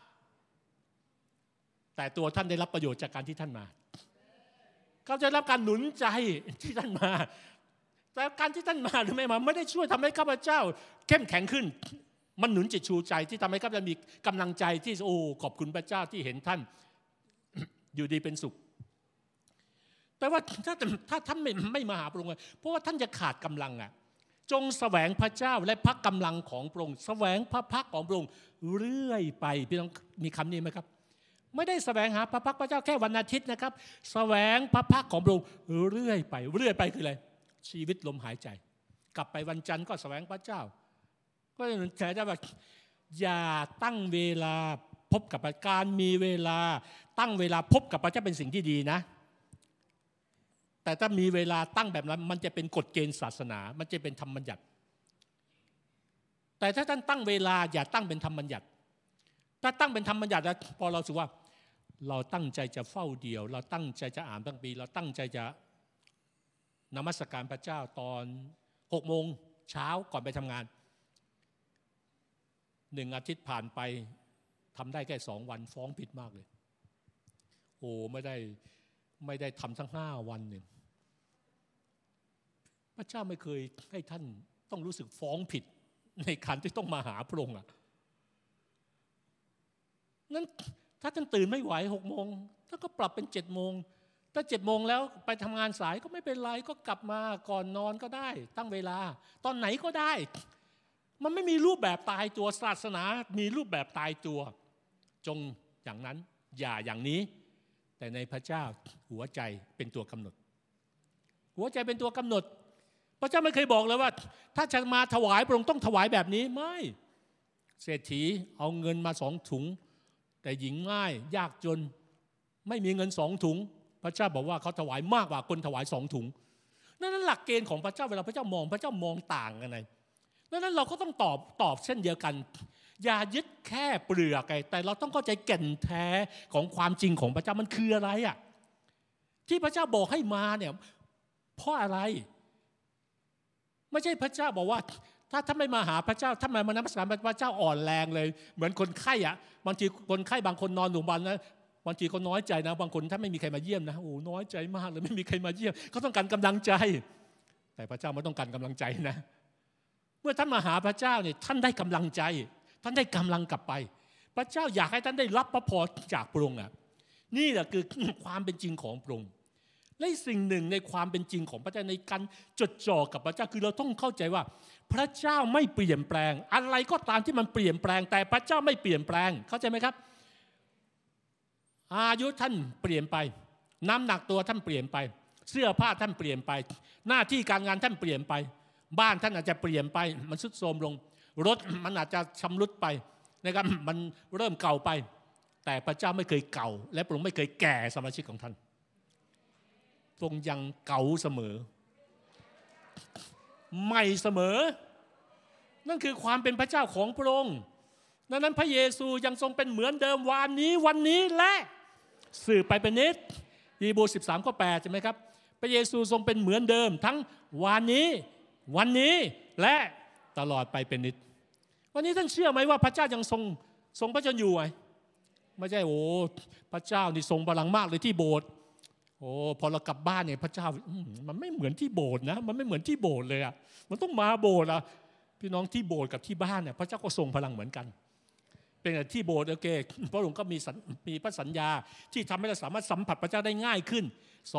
แต่ตัวท่านได้รับประโยชน์จากการที่ท่านมาเขาจะรับการหนุนใจที่ท่านมาแต่การที่ท่านมาหรือไม่มาไม่ได้ช่วยทำให้ข้าพเจ้าเข้มแข็งขึ้นมันหนุนจิตชูใจที่ทำให้ข้าพเจ้ามีกำลังใจที่โอ้ขอบคุณพระเจ้าที่เห็นท่านอยู่ดีเป็นสุขแต่ว่าถ้าท่านไม่มาหาพระองค์เพราะว่าท่านจะขาดกำลังอ่ะจงแสวงพระเจ้าและพักกำลังของพระองค์แสวงพระพักของพระองค์เรื่อยไปพี่น้องมีคำนี้ไหมครับไม่ได้แสวงหาพระพักพระเจ้าแค่วันอาทิตย์นะครับแสวงพระพักของพระองค์เรื่อยไปคืออะไรชีวิตลมหายใจกลับไปวันจันทร์ก็แสวงพระเจ้าก็จะได้ว่าอย่าตั้งเวลาพบกับการมีเวลาตั้งเวลาพบกับพระเจ้าเป็นสิ่งที่ดีนะแต่ถ้ามีเวลาตั้งแบบนั้นมันจะเป็นกฎเกณฑ์ศาสนามันจะเป็นธรรมบัญญัติแต่ถ้าท่านตั้งเวลาอย่าตั้งเป็นธรรมบัญญัติถ้าตั้งเป็นธรรมบัญญัติแล้วพอเราสึกว่าเราตั้งใจจะเฝ้าเดี่ยวเราตั้งใจจะอ่านตั้งปีเราตั้งใจจะนมัสการพระเจ้าตอน6 โมงเช้าก่อนไปทำงาน1 อาทิตย์ผ่านไปทำได้แค่2 วันฟ้องผิดมากเลยโอ้ไม่ได้ทำทั้ง5 วันหนึ่งพระเจ้าไม่เคยให้ท่านต้องรู้สึกฟ้องผิดในการที่ต้องมาหาพระองค์นั้นถ้าท่านตื่นไม่ไหว6 โมงท่านก็ปรับเป็น7 โมงถ้า7 โมงแล้วไปทำงานสายก็ไม่เป็นไรก็กลับมาก่อนนอนก็ได้ตั้งเวลาตอนไหนก็ได้มันไม่มีรูปแบบตายตัวศาสนามีรูปแบบตายตัวจงอย่างนั้นอย่าอย่างนี้แต่ในพระเจ้าหัวใจเป็นตัวกำหนดหัวใจเป็นตัวกำหนดพระเจ้าไม่เคยบอกเลยว่าถ้าจะมาถวายพระองค์ต้องถวายแบบนี้ไม่เศรษฐีเอาเงินมา2 ถุงแต่หญิงง่ายยากจนไม่มีเงิน2 ถุงพระเจ้าบอกว่าเขาถวายมากกว่าคนถวาย2 ถุงนั่นหลักเกณฑ์ของพระเจ้าเวลาพระเจ้ามองต่างกันไงนั้นเราก็ต้องตอบเช่นเดียวกันอย่ายึดแค่เปลือกแต่เราต้องเข้าใจแก่นแท้ของความจริงของพระเจ้ามันคืออะไรอ่ะที่พระเจ้าบอกให้มาเนี่ยเพราะอะไรไม่ใช่พระเจ้าบอกว่าถ้าไม่มาหาพระเจ้าถ้ามานมัสการพระเจ้าอ่อนแรงเลยเหมือนคนไข้อ่ะบางทีคนไข้บางคนนอนโรงพยาบาลนะบางทีก็น้อยใจนะบางคนถ้าไม่มีใครมาเยี่ยมนะโอ้น้อยใจมากเลยไม่มีใครมาเยี่ยมเขาต้องการกำลังใจแต่พระเจ้าไม่ต้องการกำลังใจนะเมื่อท่านมาหาพระเจ้าเนี่ยท่านได้กำลังใจท่านได้กำลังกลับไปพระเจ้าอยากให้ท่านได้รับพระพรจากพระองค์นี่แหละคือความเป็นจริงของพระองค์และสิ่งหนึ่งในความเป็นจริงของพระเจ้าในการจดจ่อกับพระเจ้าคือเราต้องเข้าใจว่าพระเจ้าไม่เปลี่ยนแปลงอะไรก็ตามที่มันเปลี่ยนแปลงแต่พระเจ้าไม่เปลี่ยนแปลงเข้าใจไหมครับอายุท่านเปลี่ยนไปน้ำหนักตัวท่านเปลี่ยนไปเสื้อผ้าท่านเปลี่ยนไปหน้าที่การงานท่านเปลี่ยนไปบ้านท่านอาจจะเปลี่ยนไปมันทรุดโทรมลงรถมันอาจจะชำรุดไปนะครับมันเริ่มเก่าไปแต่พระเจ้าไม่เคยเก่าและพระองค์ไม่เคยแก่สมาชิกของท่านพระองค์ยังเก่าเสมอใหม่เสมอนั่นคือความเป็นพระเจ้าของพระองค์ดังนั้นพระเยซูยังทรงเป็นเหมือนเดิมวันนี้และสืบไปเป็นนิจฮีบรู 13:8 ใช่ไหมครับพระเยซูทรงเป็นเหมือนเดิมทั้งวันนี้และตลอดไปเป็นนิจวันนี้ท่านเชื่อไหมว่าพระเจ้ายังทรงพระชนอยู่ไหมไม่ใช่โอ้พระเจ้านี่ทรงพลังมากเลยที่โบสถ์โอ้พอเรากลับบ้านเนี่ยพระเจ้ามันไม่เหมือนที่โบสถ์นะมันไม่เหมือนที่โบสถ์เลยอ่ะมันต้องมาโบสถ์อ่ะพี่น้องที่โบสถ์กับที่บ้านเนี่ยพระเจ้าก็ทรงพลังเหมือนกันเป็นแต่ที่โบสถ์โอเคพระองค์ก็มีพระสัญญาที่ทำให้เราสามารถสัมผัสพระเจ้าได้ง่ายขึ้น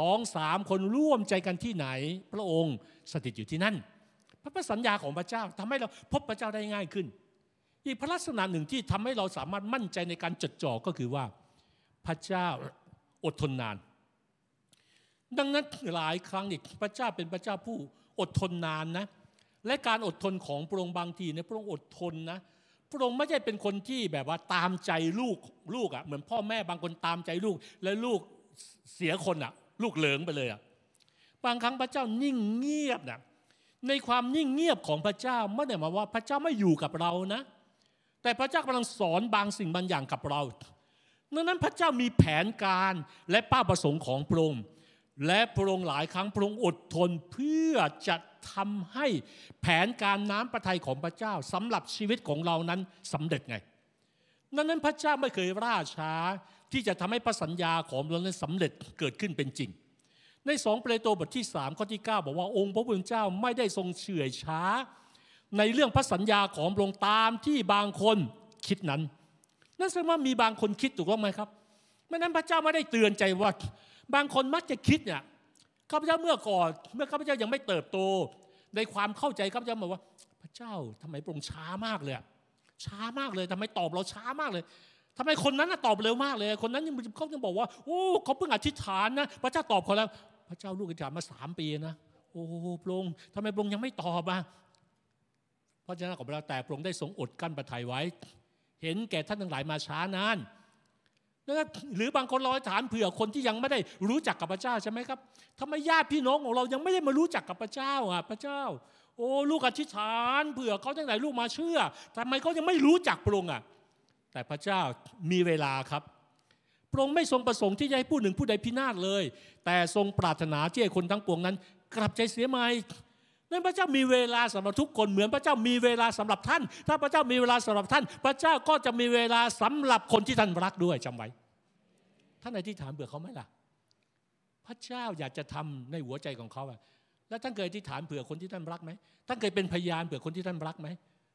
2-3 คนร่วมใจกันที่ไหนพระองค์สถิตอยู่ที่นั่นพระสัญญาของพระเจ้าทำให้เราพบพระเจ้าได้ง่ายขึ้นอีกพระลักษณะหนึ่งที่ทำให้เราสามารถมั่นใจในการจดจ่อก็คือว่าพระเจ้าอดทนนานดังนั้นหลายครั้งนี่พระเจ้าเป็นพระเจ้าผู้อดทนนานนะและการอดทนของพระองค์บางทีเนี่ยพระองค์อดทนนะพระองค์ไม่ใช่เป็นคนที่แบบว่าตามใจลูกอ่ะเหมือนพ่อแม่บางคนตามใจลูกแล้วลูกเสียคนอ่ะลูกเหลิงไปเลยอ่ะบางครั้งพระเจ้านิ่งเงียบนะในความนิ่งเงียบของพระเจ้าไม่ได้หมายว่าพระเจ้าไม่อยู่กับเรานะแต่พระเจ้ากำลังสอนบางสิ่งบางอย่างกับเราดังนั้นพระเจ้ามีแผนการและเป้าประสงค์ของพระองค์และพระองค์หลายครั้งพระองค์อดทนเพื่อจะทำให้แผนการน้ำพระทัยของพระเจ้าสำหรับชีวิตของเรานั้นสำเร็จไงดังนั้นพระเจ้าไม่เคยล่าช้าที่จะทำให้พระสัญญาของเรานั้นสำเร็จเกิดขึ้นเป็นจริงใน2 เปโตรบทที่ 3 ข้อที่ 9บอกว่าองค์พระผู้เป็นเจ้าไม่ได้ทรงเฉื่อยช้าในเรื่องพระสัญญาของพระองค์ตามที่บางคนคิดนั้นนั่นแสดงว่ามีบางคนคิดถูกต้องไหมครับไม่นั้นพระเจ้าไม่ได้เตือนใจว่าบางคนมักจะคิดเนี่ยข้าพเจ้าเมื่อข้าพเจ้ายังไม่เติบโตในความเข้าใจข้าพเจ้าบอกว่าพระเจ้าทำไมพระองค์ช้ามากเลยช้ามากเลยทำไมตอบเราช้ามากเลยทำไมคนนั้นตอบเร็วมากเลยคนนั้นเขาจะบอกว่าโอ้เขาเพิ่งอธิษฐานนะพระเจ้าตอบเขาแล้วพระเจ้าลูกอธิษฐานมา3 ปีนะโอ้พระองค์ทำไมพระองค์ยังไม่ตอบอ่ะเพราะฉะนั้นขอพระเจ้าแต่พระองค์ได้ทรงอดกั้นพระทัยไว้เห็นแก่ท่านทั้งหลายมาช้านานนะครับหรือบางคนเราอธิษฐานเผื่อคนที่ยังไม่ได้รู้จักกับพระเจ้าใช่ไหมครับทำไมญาติพี่น้องของเรายังไม่ได้มารู้จักกับพระเจ้าอ่ะพระเจ้าโอ้ลูกอธิษฐานเผื่อเขาทั้งหลายลูกมาเชื่อทำไมเขายังไม่รู้จักพระองค์อ่ะแต่พระเจ้ามีเวลาครับพระองค์ไม่ทรงประสงค์ที่จะให้ผู้หนึ่งผู้ใดพินาศเลยแต่ทรงปรารถนาที่ให้คนทั้งปวงนั้นกลับใจเสียใหม่นั่นพระเจ้ามีเวลาสำหรับทุกคนเหมือนพระเจ้ามีเวลาสำหรับท่านถ้าพระเจ้ามีเวลาสำหรับท่านพระเจ้าก็จะมีเวลาสำหรับคนที่ท่านรักด้วยจำไว้ท่านอธิษฐานเผื่อเขาไหมล่ะพระเจ้าอยากจะทำในหัวใจของเขาอะแล้วท่านเคยอธิษฐานเผื่อคนที่ท่านรักไหมท่านเคยเป็นพยานเผื่อคนที่ท่านรักไหม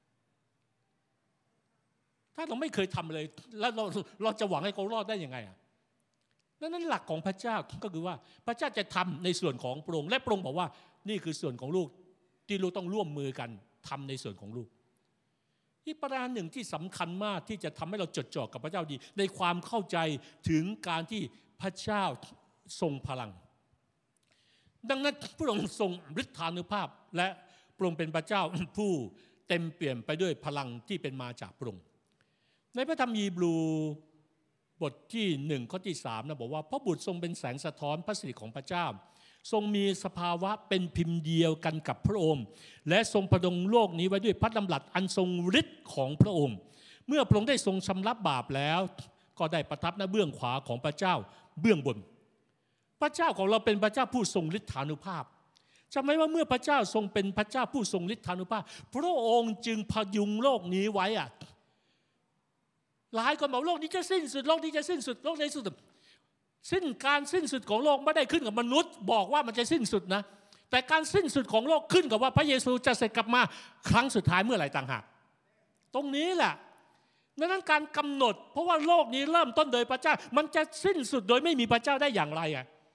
ถ้าเราไม่เคยทำเลยแล้วเราจะหวังให้เขารอดได้ยังไงอะนั้นหลักของพระเจ้าก็คือว่าพระเจ้าจะทำในส่วนของพระองค์และพระองค์บอกว่านี่คือส่วนของลูกที่ลูกต้องร่วมมือกันทำในส่วนของลูกอีกประการหนึ่งที่สำคัญมากที่จะทำให้เราจดจ่อกับพระเจ้าดีในความเข้าใจถึงการที่พระเจ้าทรงพลังดังนั้นพระองค์ทรงฤทธานุภาพและพระองค์เป็นพระเจ้าผู้เต็มเปี่ยมไปด้วยพลังที่เป็นมาจากพระองค์ในพระธรรมฮีบรูบทที่1 ข้อที่ 3นะบอกว่าพระบุตรทรงเป็นแสงสะท้อนพระสิริของพระเจ้าทรงมีสภาวะเป็นพิมพ์เดียวกันกับพระองค์และทรงประดงโลกนี้ไว้ด้วยพระดำรัสอันทรงฤทธิ์ของพระองค์เมื่อพระองค์ได้ทรงชำระบาปแล้วก็ได้ประทับณเบื้องขวาของพระเจ้าเบื้องบนพระเจ้าของเราเป็นพระเจ้าผู้ทรงฤทธานุภาพจำไว้ว่าเมื่อพระเจ้าทรงเป็นพระเจ้าผู้ทรงฤทธานุภาพพระองค์จึงพยุงโลกนี้ไว้อะหลายคนบอกโลกนี้จะสิ้นสุดโลกนี้จะสิ้นสุดโลกนี้สิ้นสุดการสิ้นสุดของโลกไม่ได้ขึ้นกับมนุษย์บอกว่ามันจะสิ้นสุดนะแต่การสิ้นสุดของโลกขึ้นกับว่าพระเยซูจะเสด็จกลับมาครั้งสุดท้ายเมื่อไหร่ต่างหากตรงนี้แหละดังนั้นการกำหนดเพราะว่าโลกนี้เริ่มต้นโดยพระเจ้ามันจะสิ้นสุดโดยไม่มีพระเจ้าได้อย่างไรอ่ะ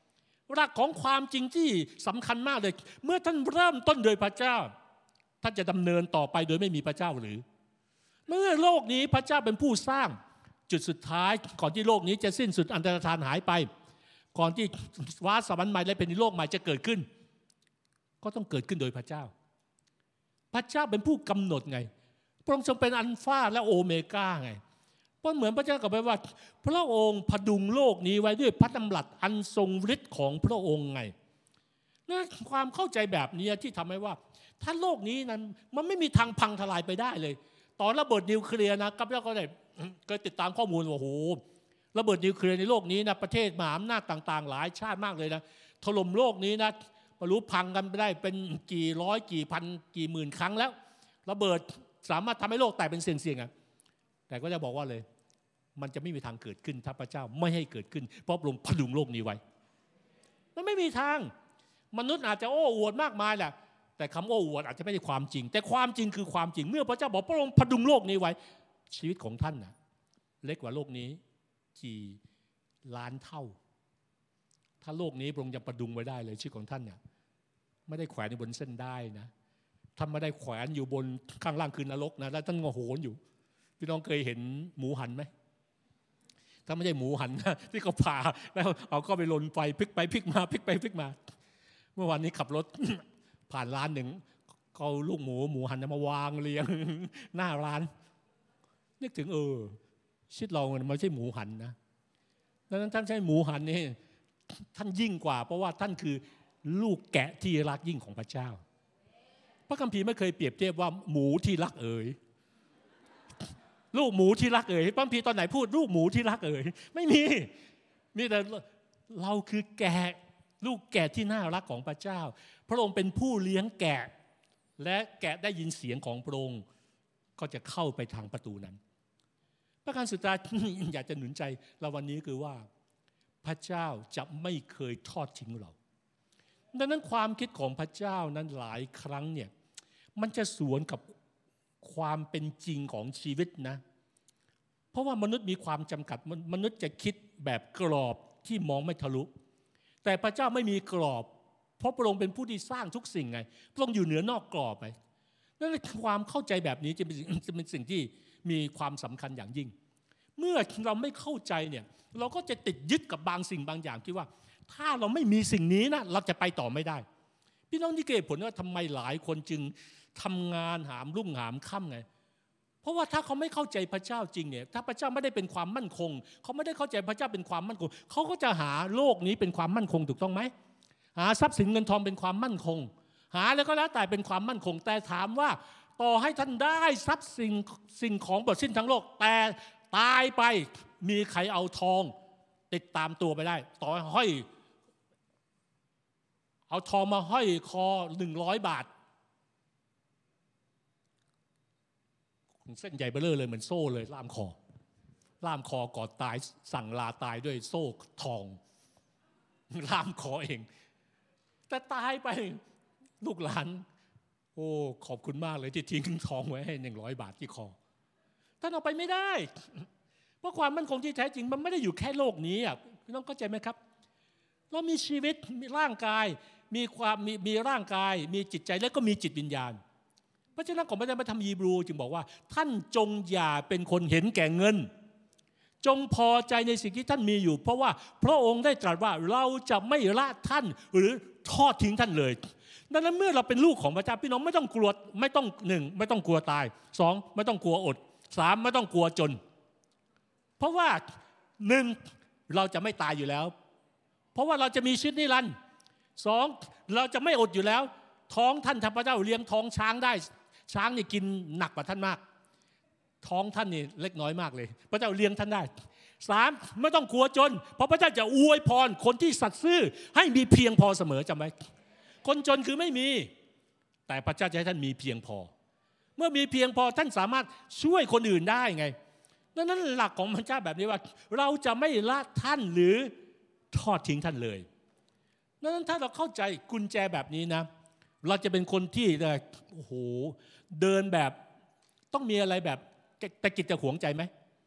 หลักของความจริงที่สำคัญมากเลยเมื่อท่านเริ่มต้นโดยพระเจ้าท่านจะดำเนินต่อไปโดยไม่มีพระเจ้าหรือเมื่อโลกนี้พระเจ้าเป็นผู้สร้างจุดสุดท้ายก่อนที่โลกนี้จะสิ้นสุดอันตรธานหายไปก่อนที่ฟ้าสวรรค์ใหม่และแผ่นดินโลกใหม่จะเกิดขึ้นก็ต้องเกิดขึ้นโดยพระเจ้าพระเจ้าเป็นผู้กำหนดไงพระองค์ทรงเป็นอัลฟาและโอเมก้าไงเพราะเหมือนพระเจ้ากับว่าพระองค์พดุงโลกนี้ไว้ด้วยพระดำรัสอันทรงฤทธิ์ของพระองค์ไงนั่นความเข้าใจแบบนี้ที่ทำให้ว่าถ้าโลกนี้นั้นมันไม่มีทางพังทลายไปได้เลยตอนระเบิดนิวเคลียร์นะกับเราก็ได้เคยติดตามข้อมูลว่าโอ้โหระเบิดนิวเคลียร์ในโลกนี้นะประเทศมหาอำนาจต่างๆหลายชาติมากเลยนะถล่มโลกนี้นะไม่รู้พังกันไปได้เป็นกี่ร้อยกี่พันกี่หมื่นครั้งแล้วระเบิดสามารถทำให้โลกแตกเป็นเสี่ยงๆอ่ะแต่ก็จะบอกว่าเลยมันจะไม่มีทางเกิดขึ้นถ้าพระเจ้าไม่ให้เกิดขึ้นเพราะพระองค์พดุงโลกนี้ไว้มันไม่มีทางมนุษย์อาจจะโอ้อวดมากมายแหละแต่คำโอ้อวดอาจจะไม่ใช่ความจริงแต่ความจริงคือความจริงเมื่อพระเจ้าบอกพระองค์พดุงโลกนี้ไว้ชีวิตของท่านนะเล็กกว่าโลกนี้กี่ล้านเท่าถ้าโลกนี้พระองค์จะพดุงไว้ได้เลยชีวิตของท่านเนี่ยไม่ได้แขวนอยู่บนเส้นได้นะท่านไม่ได้แขวนอยู่บนข้างล่างคือนรกนะแล้วท่านก็โหนอยู่พี่น้องเคยเห็นหมูหันไหมถ้าไม่ใช่หมูหันนะที่เขาผ่าแล้วเอาก็ไปลนไฟพลิกไปพลิกมาพลิกไปพลิกมาเมื่อวานนี้ขับรถ ผ่านร้านหนึ่งเขาลูกหมูหันมาวางเรียงหน้าร้านนึกถึงชีวิตเรามันไม่ใช่หมูหันนะดังนั้นท่านใช่หมูหันนี่ท่านยิ่งกว่าเพราะว่าท่านคือลูกแกะที่รักยิ่งของพระเจ้าพระคัมภีร์ไม่เคยเปรียบเทียบว่าหมูที่รักลูกหมูที่รักพระคัมภีร์ตอนไหนพูดลูกหมูที่รักไม่มีแต่เราคือแกะลูกแกะที่น่ารักของพระเจ้าพระองค์เป็นผู้เลี้ยงแกะและแกะได้ยินเสียงของพระองค์ก็จะเข้าไปทางประตูนั้นประการสุดท้าย อยากจะหนุนใจเราวันนี้คือว่าพระเจ้าจะไม่เคยทอดทิ้งเราดังนั้นความคิดของพระเจ้านั้นหลายครั้งเนี่ยมันจะสวนกับความเป็นจริงของชีวิตนะเพราะว่ามนุษย์มีความจำกัดมนุษย์จะคิดแบบกรอบที่มองไม่ทะลุแต่พระเจ้าไม่มีกรอบเพราะพระองค์เป็นผู้ที่สร้างทุกสิ่งไงพระองค์อยู่เหนือนอกกรอบไปนั่นความเข้าใจแบบนี้จะเป็นสิ่งที่มีความสำคัญอย่างยิ่งเมื่อเราไม่เข้าใจเนี่ยเราก็จะติดยึดกับบางสิ่งบางอย่างที่ว่าถ้าเราไม่มีสิ่งนี้นะเราจะไปต่อไม่ได้พี่น้องที่เกิดผลว่าทำไมหลายคนจึงทำงานหามรุ่งหามค่ำไงเพราะว่าถ้าเขาไม่เข้าใจพระเจ้าจริงเนี่ยถ้าพระเจ้าไม่ได้เป็นความมั่นคงเขาไม่ได้เข้าใจพระเจ้าเป็นความมั่นคงเขาก็จะหาโลกนี้เป็นความมั่นคงถูกต้องไหมหาทรัพย์สินเงินทองเป็นความมั่นคงหาแล้วก็แล้วแต่เป็นความมั่นคงแต่ถามว่าต่อให้ท่านได้ทรัพย์สิ่งของหมดสิ้นทั้งโลกแต่ตายไปมีใครเอาทองติดตามตัวไปได้ต่อห้อยเอาทองมาห้อยคอ100 บาทเส้นใหญ่เบ้อเลยเหมือนโซ่เลยล่ามคอก่อนตายสั่งลาตายด้วยโซ่ทองล่ามคอเองแต่ตายไปลูกหลานโอ้ขอบคุณมากเลยที่ทิ้งทองไว้ให้100 บาทที่คอท่านเอาไปไม่ได้เพราะความมั่นคงที่แท้จริงมันไม่ได้อยู่แค่โลกนี้อ่ะพี่น้องเข้าใจไหมครับเรามีชีวิตมีร่างกายมีร่างกายมีจิตใจและก็มีจิตวิญญาณพระเจ้าของพระธรรมฮีบรูจึงบอกว่าท่านจงอย่าเป็นคนเห็นแก่เงินจงพอใจในสิ่งที่ท่านมีอยู่เพราะว่าพระองค์ได้ตรัสว่าเราจะไม่ละท่านหรือทอดทิ้งท่านเลยดังนั้นเมื่อเราเป็นลูกของพระเจ้าพี่น้องไม่ต้องกลัวไม่ต้อง1ไม่ต้องกลัวตาย2ไม่ต้องกลัวอด3ไม่ต้องกลัวจนเพราะว่า1เราจะไม่ตายอยู่แล้วเพราะว่าเราจะมีชีวิตนิรันดร์2เราจะไม่อดอยู่แล้วท้องท่านพระเจ้าเลี้ยงท้องช้างได้ช้างนี่กินหนักกว่าท่านมากท้องท่านนี่เล็กน้อยมากเลยพระเจ้าเลี้ยงท่านได้3ไม่ต้องกลัวจนเพราะพระเจ้าจะอวยพรคนที่สัตย์ซื่อให้มีเพียงพอเสมอจำไว้คนจนคือไม่มีแต่พระเจ้าจะให้ท่านมีเพียงพอเมื่อมีเพียงพอท่านสามารถช่วยคนอื่นได้ไงดังนั้นหลักของพระเจ้าแบบนี้ว่าเราจะไม่ละท่านหรือทอดทิ้งท่านเลยดังนั้นถ้าเราเข้าใจกุญแจแบบนี้นะเราจะเป็นคนที่โอ้โหเดินแบบต้องมีอะไรแบบตะกิดตะขวงใจไหม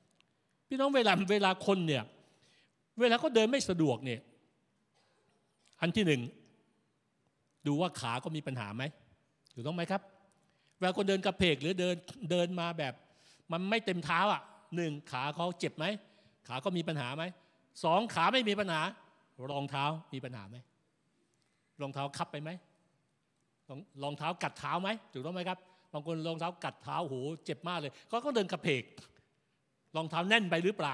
พี่น้องเวลาคนเนี่ยเวลาเขาเดินไม่สะดวกเนี่ยอันที่หนึ่งดูว่าขาก็มีปัญหาไหมถูกต้องไหมครับเวลาคนเดินกระเพกหรือเดินมาแบบมันไม่เต็มเท้าอ่ะหนึ่งขาเขาเจ็บไหมขาก็มีปัญหาไหมสองขาไม่มีปัญหารองเท้ามีปัญหาไหมรองเท้าคับไปไหมรองเท้ากัดเท้าไหมถูกต้องไหมครับบางคนรองเท้ากัดเท้าโหเจ็บมากเลยก็เดินกระเพกรองเท้าแน่นไปหรือเปล่า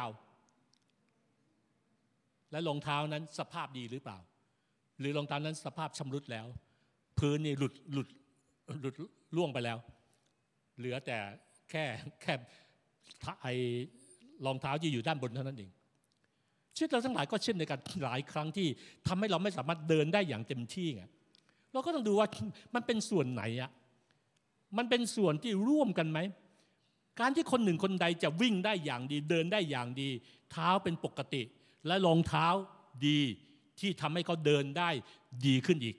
และรองเท้านั้นสภาพดีหรือเปล่าหรือรองเท้านั้นสภาพชำรุดแล้วพื้นนี่หลุดล่วงไปแล้วเหลือแต่แค่ไอรองเท้าที่อยู่ด้านบนเท่านั้นเองชีวิตเราทั้งหลายก็เช่นในกันหลายครั้งที่ทำให้เราไม่สามารถเดินได้อย่างเต็มที่ไงเราก็ต้องดูว่ามันเป็นส่วนไหนอ่ะมันเป็นส่วนที่ร่วมกันไหมการที่คนหนึ่งคนใดจะวิ่งได้อย่างดีเดินได้อย่างดีเท้าเป็นปกติและรองเท้าดีที่ทำให้เขาเดินได้ดีขึ้นอีก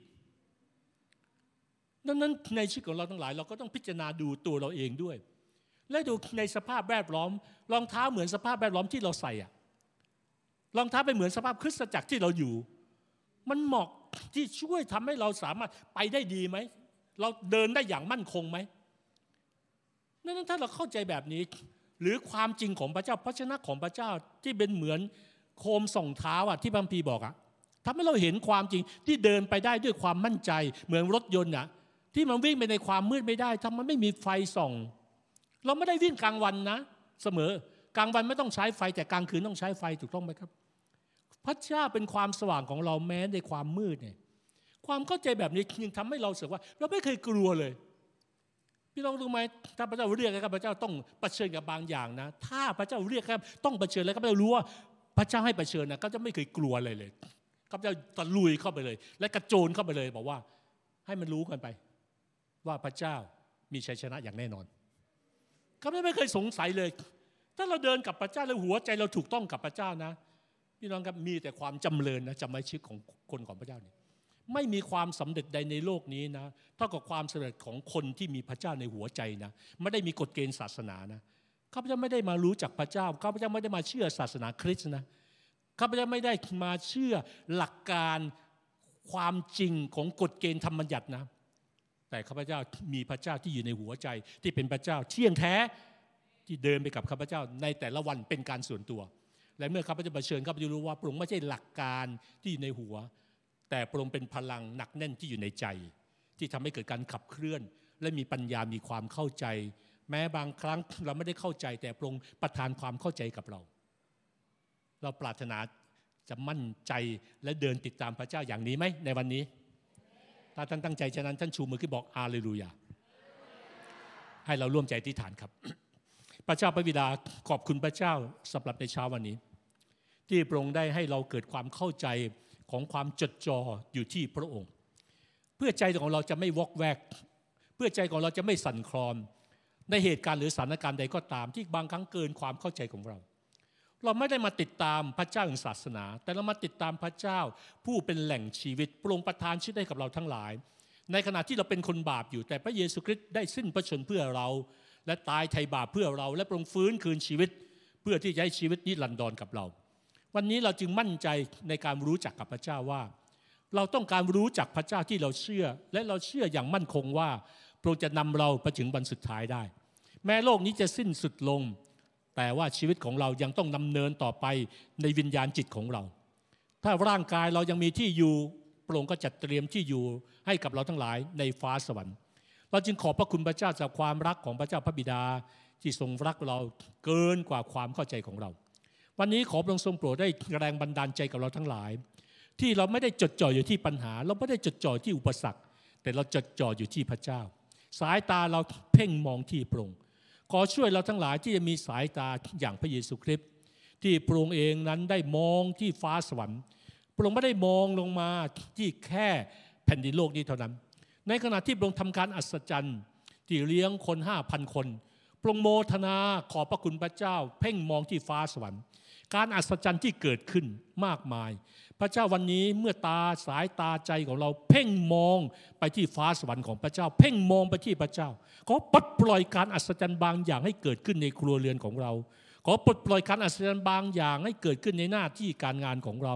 ดังนั้นในชีวิตของเราทั้งหลายเราก็ต้องพิจารณาดูตัวเราเองด้วยและดูในสภาพแวดล้อมรองเท้าเหมือนสภาพแวดล้อมที่เราใส่อะรองเท้าเป็นเหมือนสภาพคริสตจักรที่เราอยู่มันเหมาะที่ช่วยทำให้เราสามารถไปได้ดีไหมเราเดินได้อย่างมั่นคงไหมดังนั้นถ้าเราเข้าใจแบบนี้หรือความจริงของพระเจ้าพระชนะของพระเจ้าที่เป็นเหมือนโคมส่องเท้าอะที่พระคัมภีร์บอกอะทำให้เราเห็นความจริงที่เดินไปได้ด้วยความมั่นใจเหมือนรถยนต์อะที่มันวิ่งไปในความมืดไม่ได้ถ้ามันไม่มีไฟส่องเราไม่ได้วิ่งกลางวันนะเสมอกลางวันไม่ต้องใช้ไฟแต่กลางคืนต้องใช้ไฟถูกต้องไหมครับพระเจ้าเป็นความสว่างของเราแม้ในความมืดเนี่ยความเข้าใจแบบนี้ยังทำให้เรารู้สึกว่าเราไม่เคยกลัวเลยพี่น้องรู้ไหมถ้าพระเจ้าเรียกครับพระเจ้าต้องเผชิญกับบางอย่างนะถ้าพระเจ้าเรียกครับต้องเผชิญแล้วก็พระเจ้ารู้ว่าพระเจ้าให้เผชิญนะก็จะไม่เคยกลัวอะไรเลยข้าพเจ้าตะลุยเข้าไปเลยและกระโจนเข้าไปเลยบอกว่าให้มันรู้กันไปว่าพระเจ้ามีชัยชนะอย่างแน่นอนข้าพเจ้าไม่เคยสงสัยเลยถ้าเราเดินกับพระเจ้าแล้วหัวใจเราถูกต้องกับพระเจ้านะพี่น้องครับมีแต่ความจำเริญนะจำไว้ชีวิตของคนของพระเจ้านี่ไม่มีความสำเร็จใดในโลกนี้นะเท่ากับความสำเร็จของคนที่มีพระเจ้าในหัวใจนะไม่ได้มีกฎเกณฑ์ศาสนานะข้าพเจ้าไม่ได้มารู้จักพระเจ้าข้าพเจ้าไม่ได้มาเชื่อศาสนาคริสต์นะข้าพเจ้าไม่ได้มาเชื่อหลักการความจริงของกฎเกณฑ์ธรรมบัญญัตินะแต่ข้าพเจ้ามีพระเจ้าที่อยู่ในหัวใจที่เป็นพระเจ้าเที่ยงแท้ที่เดินไปกับข้าพเจ้าในแต่ละวันเป็นการส่วนตัวและเมื่อข้าพเจ้าเผชิญข้าพเจ้ารู้ว่าพระองค์ไม่ใช่หลักการที่อยู่ในหัวแต่พระองค์เป็นพลังหนักแน่นที่อยู่ในใจที่ทำให้เกิดการขับเคลื่อนและมีปัญญามีความเข้าใจแม้บางครั้งเราไม่ได้เข้าใจแต่พระองค์ประทานความเข้าใจกับเราปรารถนาจะมั่นใจและเดินติดตามพระเจ้าอย่างนี้ไหมในวันนี้ถ้าท่านตั้งใจฉะนั้นท่านชูมือขึ้นบอกอาเลลูยาให้เราร่วมใจอธิษฐานครับ พระเจ้าพระบิดาขอบคุณพระเจ้าสำหรับในเช้าวันนี้ที่พระองค์ได้ให้เราเกิดความเข้าใจของความจดจ่ออยู่ที่พระองค์เพื่อใจของเราจะไม่วอกแวกเพื่อใจของเราจะไม่สั่นคลอนในเหตุการณ์หรือสถานการณ์ใดก็ตามที่บางครั้งเกินความเข้าใจของเราไม่ได้มาติดตามพระเจ้าแห่งศาสนาแต่เรามาติดตามพระเจ้าผู้เป็นแหล่งชีวิตโปร่งประทานชีวิตให้กับเราทั้งหลายในขณะที่เราเป็นคนบาปอยู่แต่พระเยซูคริสต์ได้สิ้นพระชนม์เพื่อเราและตายไถ่บาปเพื่อเราและทรงฟื้นคืนชีวิตเพื่อที่จะให้ชีวิตนิรันดรกับเราวันนี้เราจึงมั่นใจในการรู้จักกับพระเจ้าว่าเราต้องการรู้จักพระเจ้าที่เราเชื่อและเราเชื่ออย่างมั่นคงว่าพระองค์จะนำเราไปถึงวันสุดท้ายได้แม้โลกนี้จะสิ้นสุดลงแต่ว่าชีวิตของเรายังต้องดำเนินต่อไปในวิญญาณจิตของเราถ้าร่างกายเรายังมีที่อยู่พระองค์ก็จัดเตรียมที่อยู่ให้กับเราทั้งหลายในฟ้าสวรรค์เราจึงขอบพระคุณพระเจ้าจากความรักของพระเจ้าพระบิดาที่ทรงรักเราเกินกว่าความเข้าใจของเราวันนี้ขอพระองค์ทรงโปรดได้แรงบันดาลใจกับเราทั้งหลายที่เราไม่ได้จดจ่ออยู่ที่ปัญหาเราไม่ได้จดจ่อที่อุปสรรคแต่เราจดจ่ออยู่ที่พระเจ้าสายตาเราเพ่งมองที่พระองค์ขอช่วยเราทั้งหลายที่จะมีสายตาอย่างพระเยซูคริสต์ที่พระองค์เองนั้นได้มองที่ฟ้าสวรรค์พระองค์ไม่ได้มองลงมาที่แค่แผ่นดินโลกนี้เท่านั้นในขณะที่พระองค์ทำการอัศจรรย์ที่เลี้ยงคน 5,000 คนพระองค์โมทนาขอบพระคุณพระเจ้าเพ่งมองที่ฟ้าสวรรค์การอัศจรรย์ที่เกิดขึ้นมากมายพระเจ้าวันนี้เมื่อสายตาใจของเราเพ่งมองไปที่ฟ้าสวรรค์ของพระเจ้าเพ่งมองไปที่พระเจ้าขอปลดปล่อยการอัศจรรย์บางอย่างให้เกิดขึ้นในครัวเรือนของเราขอปลดปล่อยการอัศจรรย์บางอย่างให้เกิดขึ้นในหน้าที่การงานของเรา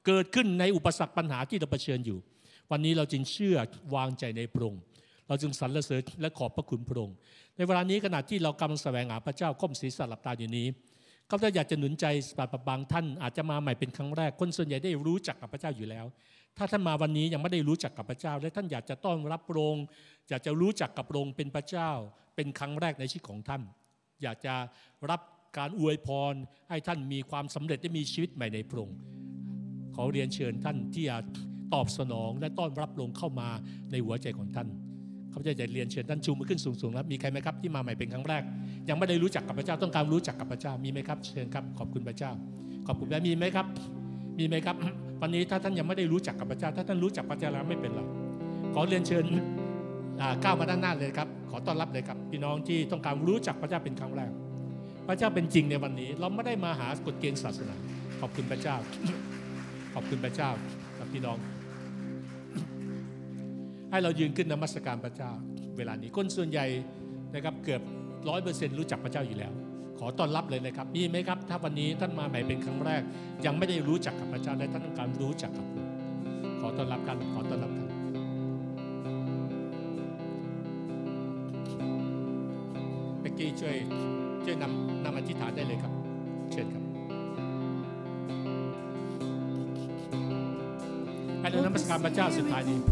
เกิดขึ้นในอุปสรรคปัญหาที่เราเผชิญอยู่วันนี้เราจึงเชื่อวางใจในพระองค์เราจึงสรรเสริญและขอบพระคุณพระองค์ในเวลานี้ขณะที่เรากำลังแสวงหาพระเจ้าก้มศีรษะหลับตาอยู่นี้ก็อยากจะหนุนใจบางท่านอาจจะมาใหม่เป็นครั้งแรกคนส่วนใหญ่ได้รู้จักกับพระเจ้าอยู่แล้วถ้าท่านมาวันนี้ยังไม่ได้รู้จักกับพระเจ้าและท่านอยากจะต้อนรับพระองค์อยากจะรู้จักกับพระองค์เป็นพระเจ้าเป็นครั้งแรกในชีวิตของท่านอยากจะรับการอวยพรให้ท่านมีความสำเร็จและมีชีวิตใหม่ในพระองค์ขอเรียนเชิญท่านที่จะตอบสนองและต้อนรับพระองค์เข้ามาในหัวใจของท่านข้าพเจ้าจะเรียนเชิญท่านชูมือขึ้นสูงๆครับมีใครไหมครับที่มาใหม่เป็นครั้งแรกยังไม่ได้รู้จักกับพระเจ้าต้องการรู้จักกับพระเจ้ามีไหมครับเชิญครับขอบคุณพระเจ้าขอบคุณและมีไหมครับมีไหมครับวันนี้ถ้าท่านยังไม่ได้รู้จักกับพระเจ้าถ้าท่านรู้จักพระเจ้าแล้วไม่เป็นไรขอเรียนเชิญก้าวมาด้านหน้าเลยครับขอต้อนรับเลยครับพี่น้องที่ต้องการรู้จักพระเจ้าเป็นครั้งแรกพระเจ้าเป็นจริงในวันนี้เราไม่ได้มาหากฎเกณฑ์ศาสนาขอบคุณพระเจ้าขอบคุณพระเจ้าครับพี่น้องให้เรายืนขึ้นนมัสการพระเจ้าเวลานี้คนส่วนใหญ่นะครับเกือบ 100% รู้จักพระเจ้าอยู่แล้วขอต้อนรับเลยนะครับมีไหมครับถ้าวันนี้ท่านมาใหม่เป็นครั้งแรกยังไม่ได้รู้จักกับพระเจ้าและท่านต้องการรู้จักกับผมขอต้อนรับกันขอต้อนรับกันเมื่อกี้ช่วยนำอธิษฐานได้เลยครับเชิญครับให้เรานมัสการพระเจ้าสุดท้ายนี้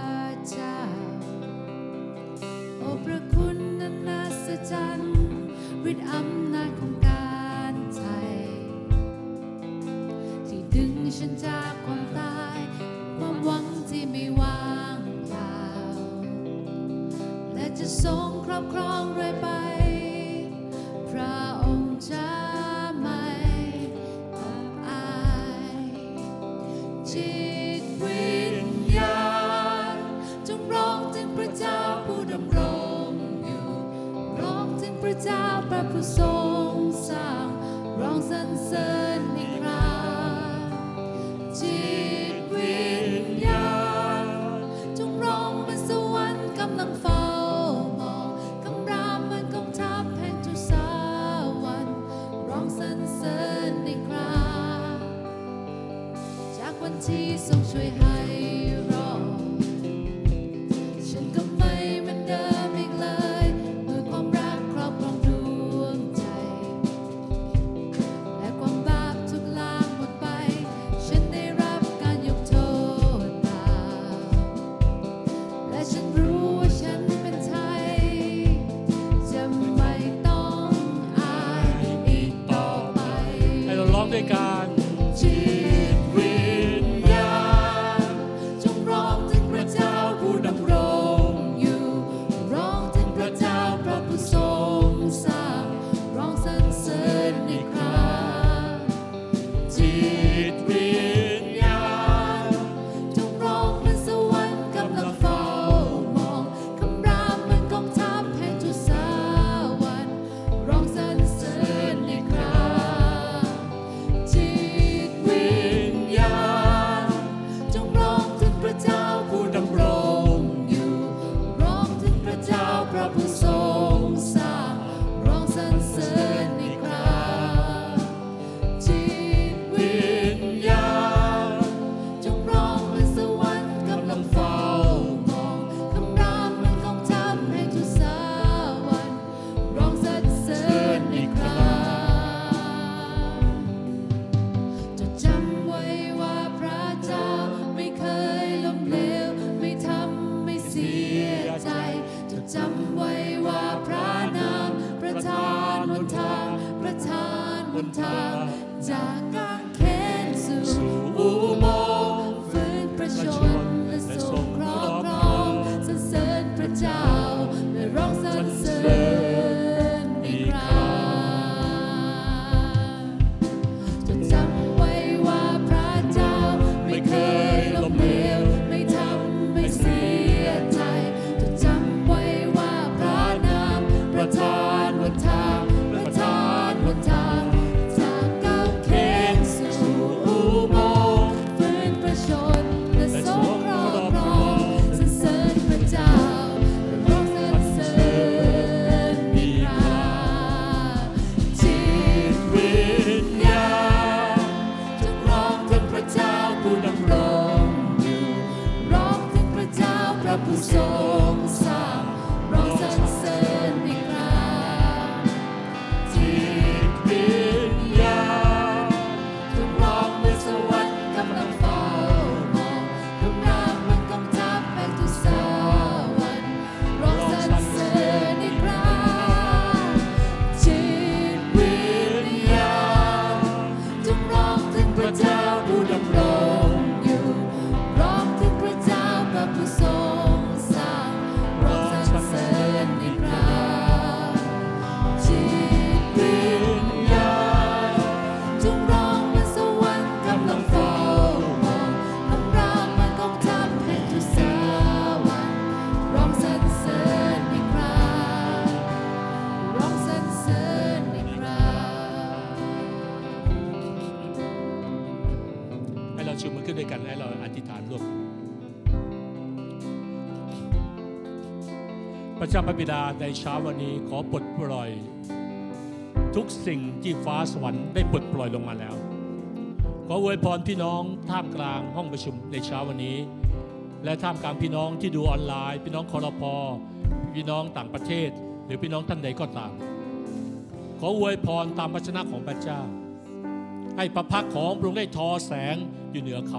โอ้พระคุณนั้นน่าสะใจฤทธิ์อำนาจของการไถ่ที่ดึงฉันจากความตายความหวังที่ไม่ว่างเปล่าและจะทรงครอบครองเรื่อยไปพระองค์จะไม่อับอายจิตวิญญาณจงร้องถึงพระเจ้าผู้ดำรงอยู่ร้องถึงพระเจ้าพระผู้ทรงสร้างร้องสรรเสริญอีกครั้งจิตวิญญาณจงร้องบนสวรรค์กำลังเฝ้ามองคำรามเหมือนกองทัพแห่งทุสาวันร้องสรรเสริญอีกครั้งจากวันที่ทรงช่วยให้รอดฉันก็ไม่เหมือนเดิมอีกเลยด้วยความรักครอบครองดวงใจและความบาปทุกล้างหมดไปฉันได้รับการยกโทษบาปและฉันรู้ว่าฉันเป็นไทยจะไม่ต้องอายอีกต่อไปให้เราร้องด้วยกันจิตวิญญาณจงร้องถึงพระเจ้าผู้ดำรงอยู่ร้องถึงพระเจ้าพระผู้ทรงสร้างร้องสรรเสริญอีกครั้งจิตวิญญาณจงร้องบนสวรรค์กำลังเฝ้ามองคำรามเหมือนกองทัพแห่งทุสาวันร้องสรรเสริญอีกครั้งจิตวิญญาณจงร้องถึงพระเจ้าผู้ดำรงอยู่ร้องถึงพระเจ้าพระผู้ทรงสร้างร้องสรรเสริญอีกครั้งจิตวิญญาณจงร้องบนสวรรค์กำลังเฝ้ามองคำรามเหมือนกองทัพแห่งทุสาวันร้องสรรเสริญอีกครั้งจดจำไว้ว่าพระเจ้าไม่เคยล้มเหลวไม่ทำไม่เสียใจจดจำไว้ว่าพระนามประทานหนทางประทานหนทางจากกางเขนสู่อุโมงค์ฝืนประชนและทรงครอบครองสรรเสริญพระเจ้าและร้องสรรเสริญอีกครั้งจดจำไว้ว่าพระเจ้าไม่เคยล้มเหลวไม่ทำไม่เสียใจจดจำไว้ว่าพระนามประทานหนทางประทานหนทางจากกางเขนสู่อุโมงค์ฝืนประชนและทรงครอบครองสรรเสริญพระเจ้าระเจ้าพระบิดาในเช้าวันนี้ขอปลดปล่อยทุกสิ่งที่ฟ้าสวรรค์ได้ปลดปล่อยลงมาแล้วขออวยพรพี่น้องท่ามกลางห้องประชุมในเช้าวันนี้และท่ามกลางพี่น้องที่ดูออนไลน์พี่น้องครพ.พี่น้องต่างประเทศหรือพี่น้องท่านใดก็ตามขออวยพรตามพระวจนะของพระเจ้าให้พระพักของพระองค์ได้ทอแสงอยู่เหนือเขา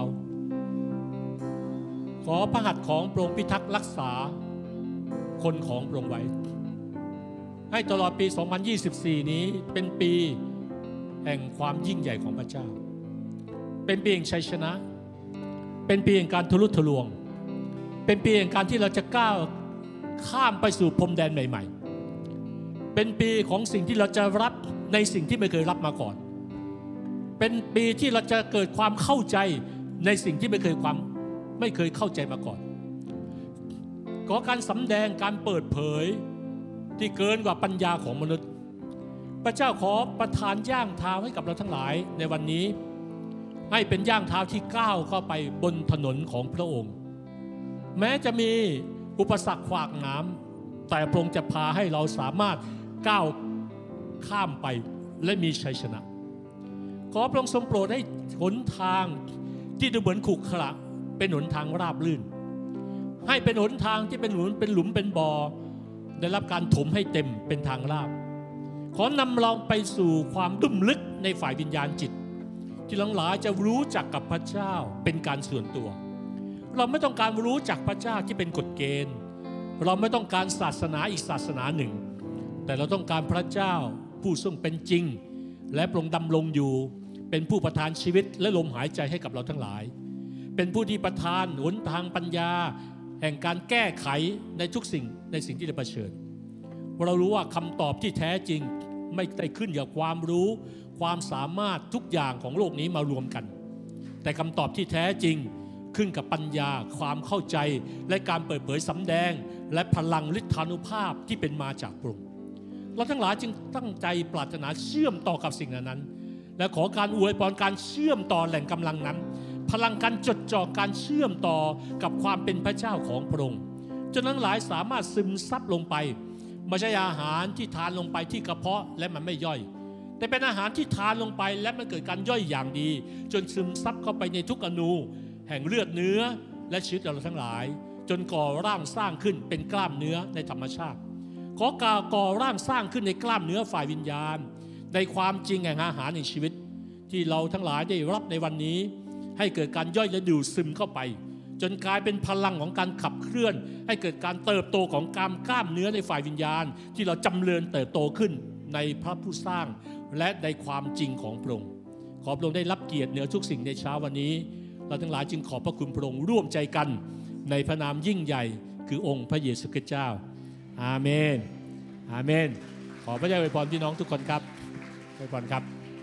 ขอพระหัตถ์ของพระองค์พิทักษ์รักษาคนของพระองค์ไว้ให้ตลอดปี 2024 นี้เป็นปีแห่งความยิ่งใหญ่ของพระเจ้าเป็นปีแห่งชัยชนะเป็นปีแห่งการทะลุทะลวงเป็นปีแห่งการที่เราจะก้าวข้ามไปสู่พรมแดนใหม่ๆเป็นปีของสิ่งที่เราจะรับในสิ่งที่ไม่เคยรับมาก่อนเป็นปีที่เราจะเกิดความเข้าใจในสิ่งที่ไม่เคยเข้าใจมาก่อนขอการสำแดงการเปิดเผยที่เกินกว่าปัญญาของมนุษย์พระเจ้าขอประทานย่างเท้าให้กับเราทั้งหลายในวันนี้ให้เป็นย่างเท้าที่ก้าวเข้าไปบนถนนของพระองค์แม้จะมีอุปสรรคขวากหนามแต่พระองค์จะพาให้เราสามารถก้าวข้ามไปและมีชัยชนะขอพระองค์ทรงโปรดให้หนทางที่ดูเหมือนขรุขระเป็นหนทางราบลื่นให้เป็นหนทางที่เป็นหลุมเป็นบ่อได้รับการถมให้เต็มเป็นทางราบขอนำเราไปสู่ความลุ่มลึกในฝ่ายวิญญาณจิตที่หลายจะรู้จักกับพระเจ้าเป็นการส่วนตัวเราไม่ต้องการรู้จักพระเจ้าที่เป็นกฎเกณฑ์เราไม่ต้องการศาสนาอีกศาสนาหนึ่งแต่เราต้องการพระเจ้าผู้ทรงเป็นจริงและทรงดำรงอยู่เป็นผู้ประทานชีวิตและลมหายใจให้กับเราทั้งหลายเป็นผู้ที่ประทานหนทางปัญญาแห่งการแก้ไขในทุกสิ่งในสิ่งที่เราเผชิญเรารู้ว่าคำตอบที่แท้จริงไม่ได้ขึ้นกับความรู้ความสามารถทุกอย่างของโลกนี้มารวมกันแต่คำตอบที่แท้จริงขึ้นกับปัญญาความเข้าใจและการเปิดเผยสำแดงและพลังฤทธานุภาพที่เป็นมาจากพระองค์เราทั้งหลายจึงตั้งใจปรารถนาเชื่อมต่อกับสิ่งนั้นและขอการอวยพรการเชื่อมต่อแหล่งกำลังนั้นพลังการจดจ่อการเชื่อมต่อกับความเป็นพระเจ้าของพระองค์จนทั้งหลายสามารถซึมซับลงไปไม่ใช่อาหารที่ทานลงไปที่กระเพาะและมันไม่ย่อยแต่เป็นอาหารที่ทานลงไปและมันเกิดการย่อยอย่างดีจนซึมซับเข้าไปในทุกอนูแห่งเลือดเนื้อและชีวิตเราทั้งหลายจนก่อร่างสร้างขึ้นเป็นกล้ามเนื้อในธรรมชาติขอก่อร่างสร้างขึ้นในกล้ามเนื้อฝ่ายวิญญาณในความจริงแห่งอาหารในชีวิตที่เราทั้งหลายได้รับในวันนี้ให้เกิดการย่อยและดูดซึมเข้าไปจนกลายเป็นพลังของการขับเคลื่อนให้เกิดการเติบโตของกล้ามเนื้อในฝ่ายวิญญาณที่เราจำเริญเติบโตขึ้นในพระผู้สร้างและในความจริงของพระองค์ขอพระองค์ได้รับเกียรติเหนือทุกสิ่งในเช้าวันนี้เราทั้งหลายจึงขอบพระคุณพระองค์ร่วมใจกันในพระนามยิ่งใหญ่คือองค์พระเยซูคริสต์เจ้าอาเมนอาเมนขอพระเจ้าอวยพรพี่น้องทุกคนครับอวยพรครับ